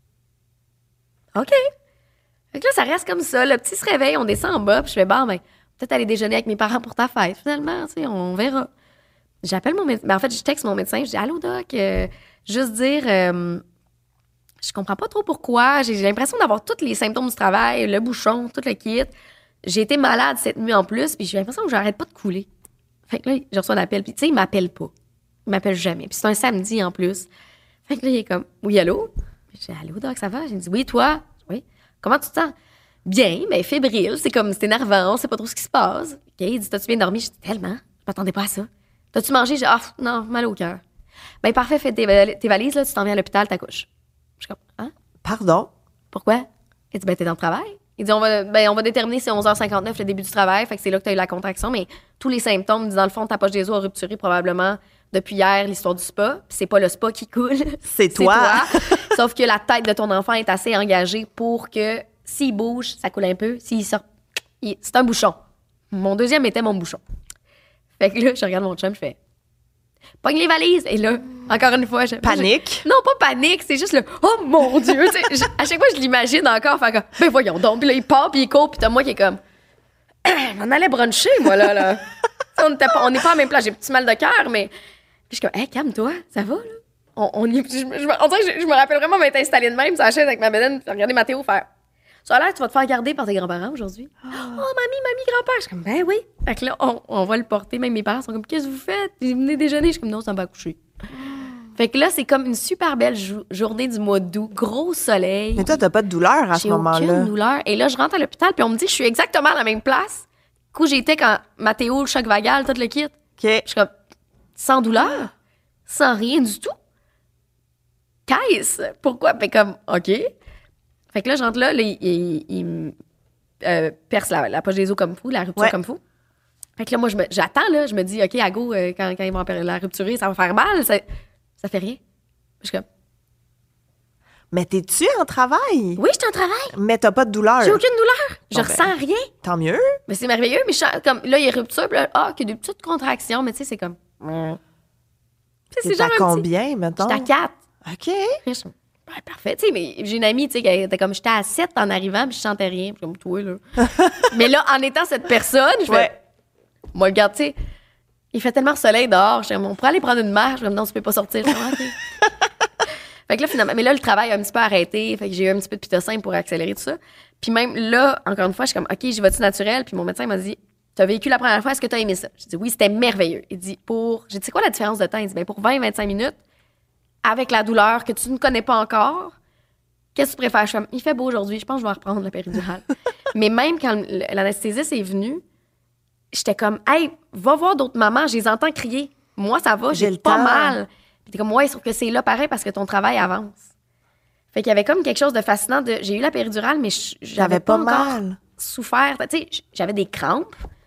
OK. Fait que là, ça reste comme ça. Le petit se réveille, on descend en bas, puis je fais, bon, ben, peut-être aller déjeuner avec mes parents pour ta fête. Finalement, tu sais, on verra. J'appelle mon médecin. Ben, en fait, je texte mon médecin. Je dis, allô, doc, euh, juste dire, euh, je comprends pas trop pourquoi. J'ai j'ai l'impression d'avoir tous les symptômes du travail, le bouchon, tout le kit. J'ai été malade cette nuit en plus, puis j'ai l'impression que j'arrête pas de couler. Fait que là, je reçois un appel, puis tu sais, il m'appelle pas. Il m'appelle jamais. Puis c'est un samedi en plus. Fait que là, il est comme, oui, allô? Puis je dis, allô, doc, ça va? J'ai dit, oui, toi? Oui. Comment tu te sens? Bien, mais fébrile. C'est comme, c'est énervant, on sait pas trop ce qui se passe. OK, il dit, t'as-tu bien dormi? Je dis, tellement. Je m'attendais pas à ça. T'as-tu mangé? J'ai dit, ah, non, mal au cœur. Ben, parfait, fais tes, val- tes valises, là, tu t'en viens à l'hôpital, t'accouches. Je suis comme, hein? Pardon? Pourquoi? Il dit, ben, t'es dans le travail. Il dit, on va, ben, on va déterminer si c'est onze heures cinquante-neuf le début du travail, fait que c'est là que t'as eu la contraction, mais tous les symptômes, dans le fond, ta poche des os a rupturé probablement depuis hier, l'histoire du spa, puis c'est pas le spa qui coule. C'est toi. Sauf que la tête de ton enfant est assez engagée pour que s'il bouge, ça coule un peu. S'il sort, il- c'est un bouchon. Mon deuxième était mon bouchon. Fait que là, je regarde mon chum, je fais, pogne les valises. Et là, encore une fois, je, Panique. je- non, pas panique, c'est juste le oh mon Dieu. Tu sais, je- à chaque fois, je l'imagine encore faire comme, ben voyons donc. Puis là, il part, puis il court, puis t'as moi qui est comme, on allait bruncher, moi, là. là. on n'est pas, on n'est pas à la même place. J'ai un petit mal de cœur, mais. Puis je suis comme, hey, calme-toi, ça va, là? On, on, y, je, je, me- on dirait que je, je me rappelle vraiment m'être installée de même sur la chaise avec ma bedaine, puis regarder Mathéo faire. Ça a l'air que tu vas te faire garder par tes grands-parents aujourd'hui. Oh, mamie, mamie, grand-père. Je suis comme, ben oui. Fait que là, on, on va le porter. Même mes parents sont comme, qu'est-ce que vous faites? Vous venez déjeuner? Je suis comme, non, ça va coucher. Fait que là, c'est comme une super belle jou- journée du mois d'août. Gros soleil. Mais toi, t'as pas de douleur à ce J'ai aucune moment-là. douleur. Et là, je rentre à l'hôpital, puis on me dit que je suis exactement à la même place qu'où j'étais quand Mathéo, le choc vagal, tout le kit. OK. Je suis comme, sans douleur, sans rien du tout. Qu'est-ce? Pourquoi? Ben comme, OK. Fait que là, je rentre là, là, il, il- il me euh, perce la, la poche des os comme fou, la rupture Ouais. comme fou. Fait que là, moi, je me- j'attends, là, je me dis, OK, à go, euh, quand, quand ils vont la rupturer, ça va faire mal. Ça, ça fait rien. Je suis comme, Mais t'es-tu en travail? oui, je suis en travail. Mais t'as pas de douleur. J'ai aucune douleur. Je Bon, ben. ressens rien. Tant mieux. Mais c'est merveilleux. Mais je sens comme, là, il y a rupture, puis là, ah, qu'il y a des petites contractions, mais tu sais, c'est comme. Tu sais, T'es c'est genre à un petit. combien, mettons? J'étais à quatre. OK. Je suis, ouais, parfait. Tu sais, mais j'ai une amie, tu sais, qui était comme, j'étais à sept en arrivant, puis je chantais rien. Puis comme toi, là. Mais là, en étant cette personne, je fais, Ouais. moi, regarde, tu sais, il fait tellement soleil dehors. Je suis comme, on pourrait aller prendre une marche. Je suis comme, non, tu peux pas sortir. Je suis comme, OK. Fait que là, finalement, mais là, le travail a un petit peu arrêté. Fait que j'ai eu un petit peu de pitocin pour accélérer tout ça. Puis même là, encore une fois, je suis comme, OK, j'y vais-tu naturel? Puis mon médecin m'a dit, t'as vécu la première fois, est-ce que t'as aimé ça? J'ai dit, oui, c'était merveilleux. Il dit, pour, j'ai dit, c'est quoi la différence de temps? Il dit, ben, pour vingt à vingt-cinq minutes, avec la douleur que tu ne connais pas encore, qu'est-ce que tu préfères? Je suis comme, il fait beau aujourd'hui, je pense que je vais reprendre la péridurale. Mais même quand l'anesthésiste est venu, j'étais comme, hey, va voir d'autres mamans, je les entends crier. Moi, ça va, J'ai j'ai le pas temps. mal. Puis t'es comme, ouais, sauf que c'est là pareil parce que ton travail avance. Fait qu'il y avait comme quelque chose de fascinant de, j'ai eu la péridurale, mais je- j'avais J'avais pas, pas encore mal. souffert. Tu sais, j'avais des crampes,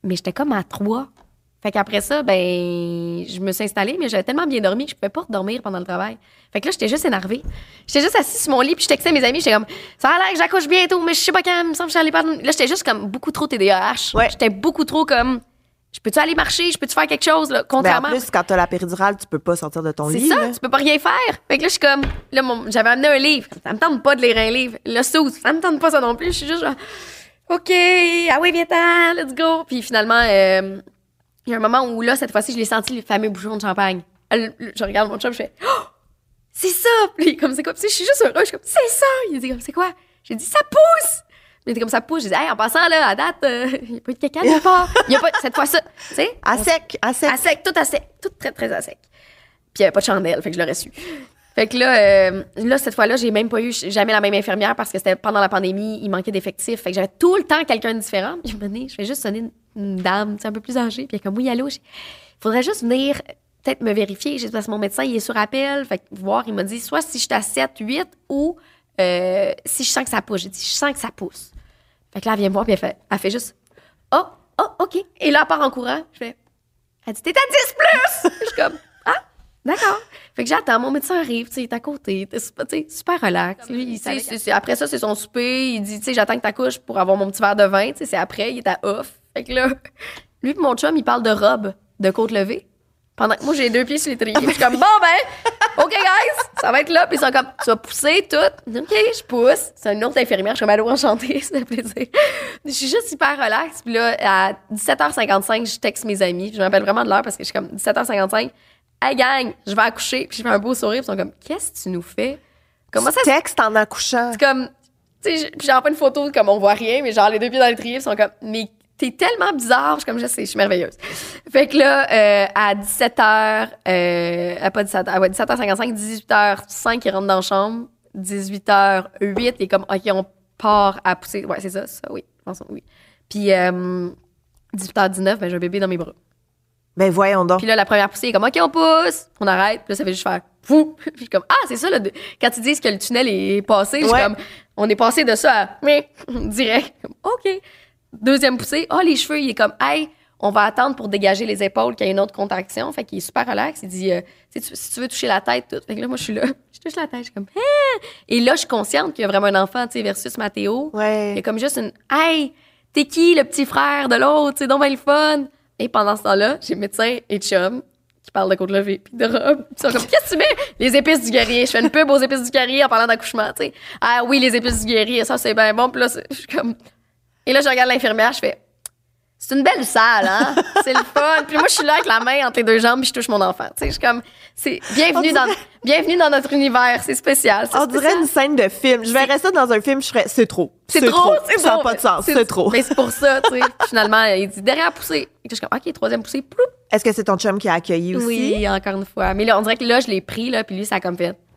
mais j'étais comme à trois. Fait qu'après ça, ben, je me suis installée, mais j'avais tellement bien dormi que je pouvais pas redormir pendant le travail. Fait que là, j'étais juste énervée. J'étais juste assise sur mon lit, puis je textais mes amis, j'étais comme, ça a l'air que j'accouche bientôt, mais je sais pas quand, il me semble que j'allais pas. Là, j'étais juste comme beaucoup trop T D A H. Ouais. J'étais beaucoup trop comme, je peux-tu aller marcher, je peux-tu faire quelque chose, là, contrairement. Ben en plus, quand t'as la péridurale, tu peux pas sortir de ton C'est lit. ça, là. tu peux pas rien faire. Fait que là, je suis comme, là, mon- j'avais amené un livre. Ça me tente pas de lire un livre. Le sous, ça me tente pas ça non plus. Je suis juste genre, OK, ah oui, viens-t'en, let's go. Puis finalement, euh, il y a un moment où là, cette fois-ci, je l'ai senti, le fameux bouchon de champagne. Elle- Je regarde mon chum, je fais, oh, c'est ça. Puis il est comme, c'est quoi? Puis je suis juste heureuse, je suis comme, c'est ça. Il dit comme, c'est quoi? J'ai dit, ça pousse. Mais il était comme, ça pousse. J'ai dit, hey, en passant, là, à date, il euh, n'y a pas eu de caca nulle part. Il y a pas, cette fois-ci, tu sais. À sec, à sec. À sec, tout à sec. Tout très, très à sec. Puis il n'y avait pas de chandelle, fait que je l'aurais su. Fait que là, euh, là, cette fois-là, j'ai même pas eu jamais la même infirmière parce que c'était pendant la pandémie, il manquait d'effectifs. Fait que j'avais tout le temps quelqu'un de différent. Puis je me dis, je vais juste sonner une, une dame, tu sais, un peu plus âgée. Puis elle est comme, oui, allô, il faudrait juste venir peut-être me vérifier. J'ai dit, parce que mon médecin, il est sur appel. Fait que voir, il m'a dit, soit si je suis à sept, huit ou euh, si je sens que ça pousse. J'ai dit, je sens que ça pousse. Fait que là, elle vient me voir, puis elle fait, elle fait juste, oh, oh, OK. Et là, elle part en courant. Je fais, elle dit, t'es à dix plus! Je suis comme, ah, d'accord. Fait que j'attends, mon médecin arrive, tu sais, il est à côté, tu sais, super relax. Lui, il, c'est, c'est, c'est, après ça, c'est son souper. Il dit, tu sais, j'attends que t'accouches pour avoir mon petit verre de vin. Tu sais, c'est après, il est à off. Fait que là, lui et mon chum, il parle de robe de côte levée. Pendant que moi, j'ai deux pieds sur l'étrier. Je suis comme, bon, ben, OK, guys, ça va être là. Puis ils sont comme, tu vas pousser tout. OK, je pousse. C'est une autre infirmière. Je suis comme, allô, enchantée, ça fait plaisir. Je suis juste hyper relax. Puis là, à dix-sept heures cinquante-cinq, je texte mes amis. Je me rappelle vraiment de l'heure parce que je suis comme, dix-sept heures cinquante-cinq, hey, gang, je vais accoucher. Puis je fais un beau sourire. Puis ils sont comme, qu'est-ce que tu nous fais? Comment ça? Texte en accouchant. C'est comme, tu sais, puis j'en fais une photo comme on voit rien, mais genre les deux pieds dans l'étrier. Puis ils sont comme, mais t'es tellement bizarre. Je suis comme, je sais, je suis merveilleuse. Fait que là, euh, à dix-sept heures, euh, à pas dix-sept heures, ouais, dix-sept heures cinquante-cinq, dix-huit heures cinq, il rentre dans la chambre. dix-huit heures huit, il est comme, OK, on part à pousser. Ouais, c'est ça, c'est ça, oui. Je pense, oui. Puis, euh, dix-huit heures dix-neuf, ben, j'ai un bébé dans mes bras. Ben voyons donc. Puis là, la première poussée, il est comme, OK, on pousse. On arrête. Puis là, ça fait juste faire, fou. Puis je suis comme, ah, c'est ça, là. de- Quand ils disent que le tunnel est passé, je suis Ouais. comme, on est passé de ça à, mais, direct. Comme, OK. Deuxième poussée, oh, les cheveux, il est comme, hey, on va attendre pour dégager les épaules qu'il y ait une autre contraction. Fait qu'il est super relax. Il dit, euh, tu sais, tu- si tu veux toucher la tête, tout. Fait que là, moi, je suis là. Je touche la tête. Je suis comme, ah! Et là, je suis consciente qu'il y a vraiment un enfant, tu sais, versus Mathéo. Ouais. Il y a comme juste une, hey, t'es qui, le petit frère de l'autre? C'est donc bien le fun. Et pendant ce temps-là, j'ai médecin et chum qui parlent de côte levée puis de robe. Ils sont comme, qu'est-ce que tu mets? Les épices du guerrier. Je fais une pub aux épices du guerrier en parlant d'accouchement, tu sais. Ah oui, les épices du guerrier, ça, c'est bien bon. Puis là, c'est- je suis comme, et là, je regarde l'infirmière, je fais, c'est une belle salle, hein? C'est le fun. Puis moi, je suis là avec la main entre les deux jambes, puis je touche mon enfant. Tu sais, je suis comme, c'est bienvenue dans, bienvenue dans notre univers. C'est spécial. C'est On spécial. dirait une scène de film. Je verrais ça dans un film, je ferais, c'est trop. C'est trop, c'est Ça n'a trop. pas de sens, c'est trop. Mais c'est pour ça, tu sais. Finalement, il dit derrière poussée. Et que je suis comme, OK, troisième poussée, ploup. Est-ce que c'est ton chum qui a accueilli aussi? Oui, encore une fois. Mais là, on dirait que là, je l'ai pris, là, puis lui, ça a comme fait.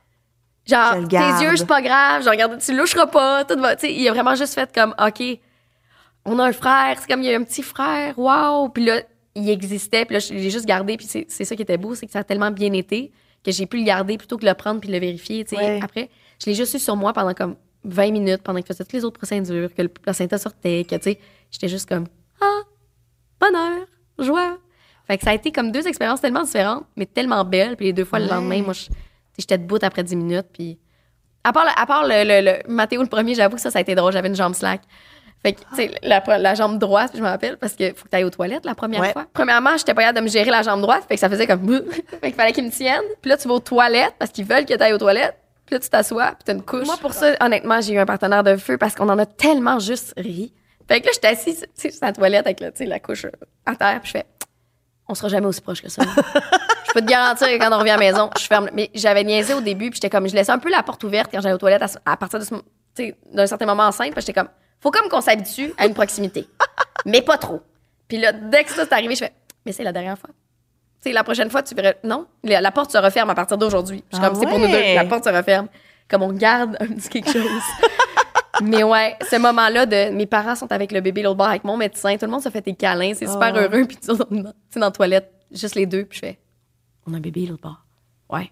Genre, Je le tes garde. yeux, c'est pas grave. Je regarde, tu loucheras pas. Tout va. Tu sais, il a vraiment juste fait comme, OK, on a un frère. C'est comme, il y a un petit frère. Waouh. Puis là, il existait. Puis là, je l'ai juste gardé. Puis c'est, c'est ça qui était beau, c'est que ça a tellement bien été que j'ai pu le garder plutôt que le prendre puis le vérifier. Tu sais, Ouais. après, je l'ai juste eu sur moi pendant comme vingt minutes, pendant qu'il faisait toutes les autres procédures, que le placenta sortait, que, tu sais, j'étais juste comme, ah, bonheur, joie. Fait que ça a été comme deux expériences tellement différentes, mais tellement belles. Puis les deux fois, le Ouais. lendemain, moi, je- tu sais, j'étais debout après dix minutes. Puis à part, le, à part le, le, le- Mathéo, le premier, j'avoue que ça, ça a été drôle. J'avais une jambe slack. Fait que, tu sais, la, la jambe droite, je me rappelle, parce qu'il faut que tu ailles aux toilettes la première Ouais. fois. Premièrement, j'étais pas capable de me gérer la jambe droite, fait que ça faisait comme... fait qu'il fallait qu'ils me tiennent. Puis là, tu vas aux toilettes, parce qu'ils veulent que tu ailles aux toilettes. Puis là, tu t'assois, puis t'as une couche. Moi, pour ça, honnêtement, j'ai eu un partenaire de feu, parce qu'on en a tellement juste ri. Fait que là, j'étais assise, tu sais, sur la toilette avec, là, tu sais, la couche euh, à terre, puis je fais... On sera jamais aussi proche que ça. Je peux te garantir que quand on revient à la maison, je ferme. Mais j'avais niaisé au début, puis j'étais comme, je laissais un peu la porte ouverte quand j'allais aux toilettes à, à partir de ce, tu sais, d'un certain moment enceinte, parce que j'étais comme, faut comme qu'on s'habitue à une proximité, mais pas trop. Puis là, dès que ça c'est arrivé, je fais, mais c'est la dernière fois. Tu sais, la prochaine fois, tu verrais, non, la, la porte se referme à partir d'aujourd'hui. Je suis Ah comme, c'est pour nous deux, ouais? la porte se referme. Comme on garde un petit quelque chose. Mais ouais, ce moment-là de mes parents sont avec le bébé l'autre bord avec mon médecin, tout le monde se fait des câlins, c'est super Oh. heureux, puis tu sais, dans, tu sais, dans la toilette, juste les deux, puis je fais, on a un bébé l'autre bord. Ouais.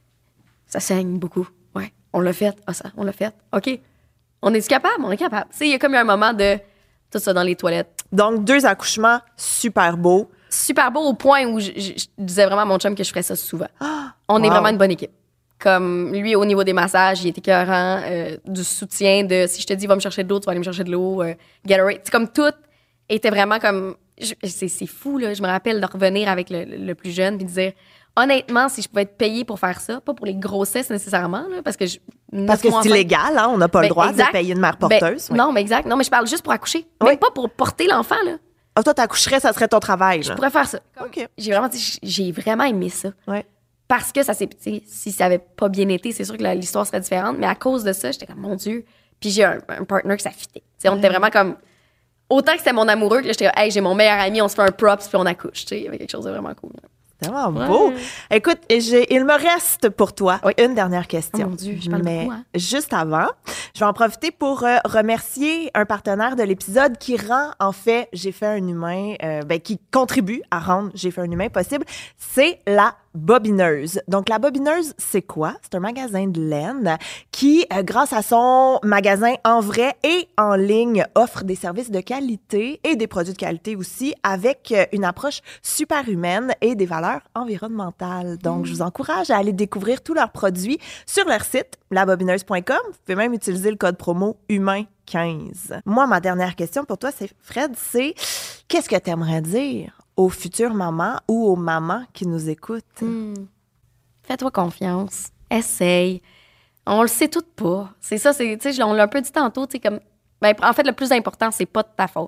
Ça saigne beaucoup. Ouais. On l'a fait. Ah, ça, on l'a fait. OK. On est capable? On est capable. Tu sais, il y a comme eu un moment de tout ça dans les toilettes. Donc, deux accouchements super beaux. Super beau au point où je, je- je disais vraiment à mon chum que je ferais ça souvent. On est Wow. vraiment une bonne équipe. Comme lui, au niveau des massages, il était écœurant, euh, du soutien, de si je te dis, va me chercher de l'eau, tu vas aller me chercher de l'eau, euh, Gatorade. C'est comme tout était vraiment comme. je- c'est, c'est fou, là. Je me rappelle de revenir avec le, le plus jeune puis de dire, honnêtement, si je pouvais être payée pour faire ça, pas pour les grossesses nécessairement, là, parce que je. Parce que c'est illégal, hein? On n'a pas Ben, le droit exact. de payer une mère Ben, porteuse. oui. Non, mais exact. Non, mais je parle juste pour accoucher. Oui. Même pas pour porter l'enfant, là. Ah, toi, t'accoucherais, ça serait ton travail. Je là. pourrais faire ça. Comme, OK. J'ai vraiment dit, j'ai vraiment aimé ça. Ouais. Parce que ça s'est. tu sais, si ça avait pas bien été, c'est sûr que la- l'histoire serait différente. Mais à cause de ça, j'étais comme, mon Dieu. Puis j'ai un, un partner que ça fitait. Tu sais, on était vraiment comme. Autant que c'était mon amoureux, que là, j'étais comme, hey, j'ai mon meilleur ami, on se fait un props, puis on accouche. Tu sais, il y avait quelque chose de vraiment cool. C'est vraiment beau. Écoute, j'ai, il me reste pour toi Oui. une dernière question. Oh mon Dieu, je parle Mais beaucoup, hein. juste avant, je vais en profiter pour euh, remercier un partenaire de l'épisode qui rend, en fait, J'ai fait un humain, euh, ben, qui contribue à rendre J'ai fait un humain possible. C'est la Bobineuse. Donc, la Bobineuse, c'est quoi? C'est un magasin de laine qui, euh, grâce à son magasin en vrai et en ligne, offre des services de qualité et des produits de qualité aussi avec euh, une approche super humaine et des valeurs environnementales. Donc, je vous encourage à aller découvrir tous leurs produits sur leur site, la bobineuse point com. Vous pouvez même utiliser le code promo humain quinze. Moi, ma dernière question pour toi, c'est Fred, c'est qu'est-ce que tu aimerais dire aux futures mamans ou aux mamans qui nous écoutent? Hmm. Fais-toi confiance. Essaye. On le sait toutes pas. C'est ça, c'est, tu sais, on l'a un peu dit tantôt, tu sais, comme. Ben, en fait, le plus important, c'est pas de ta faute.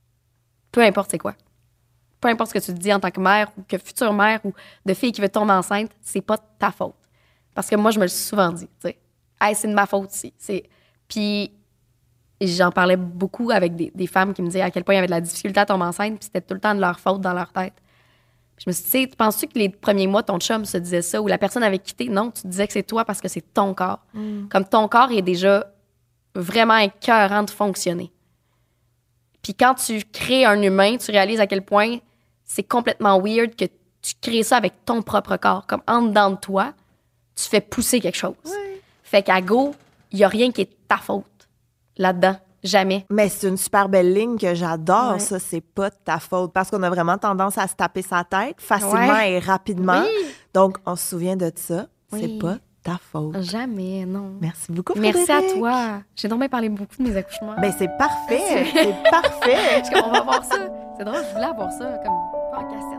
Peu importe c'est quoi. Peu importe ce que tu te dis en tant que mère ou que future mère ou de fille qui veut tomber enceinte, c'est pas de ta faute. Parce que moi, je me le suis souvent dit, tu sais. Hey, c'est de ma faute, si. C'est... Puis, j'en parlais beaucoup avec des, des femmes qui me disaient à quel point il y avait de la difficulté à tomber enceinte, puis c'était tout le temps de leur faute dans leur tête. Puis je me suis dit, tu sais, tu penses-tu que les premiers mois, ton chum se disait ça ou la personne avait quitté? Non, tu te disais que c'est toi parce que c'est ton corps. Comme ton corps est déjà vraiment écœurant de fonctionner. Puis quand tu crées un humain, tu réalises à quel point c'est complètement weird que tu crées ça avec ton propre corps. Comme en dedans de toi, tu fais pousser quelque chose. Fait qu'à go, il n'y a rien qui est ta faute là-dedans. Jamais. Mais c'est une super belle ligne que j'adore, Ouais. ça, c'est pas de ta faute. Parce qu'on a vraiment tendance à se taper sa tête facilement Ouais. et rapidement. Oui. Donc, on se souvient de ça. C'est Oui. pas ta faute. Jamais, non. Merci beaucoup, Merci à Frédéric. toi. J'ai donc bien parlé beaucoup de mes accouchements. Ben, c'est parfait. C'est parfait. Parce qu'on va voir ça. C'est drôle, je voulais avoir ça comme pas en cassette.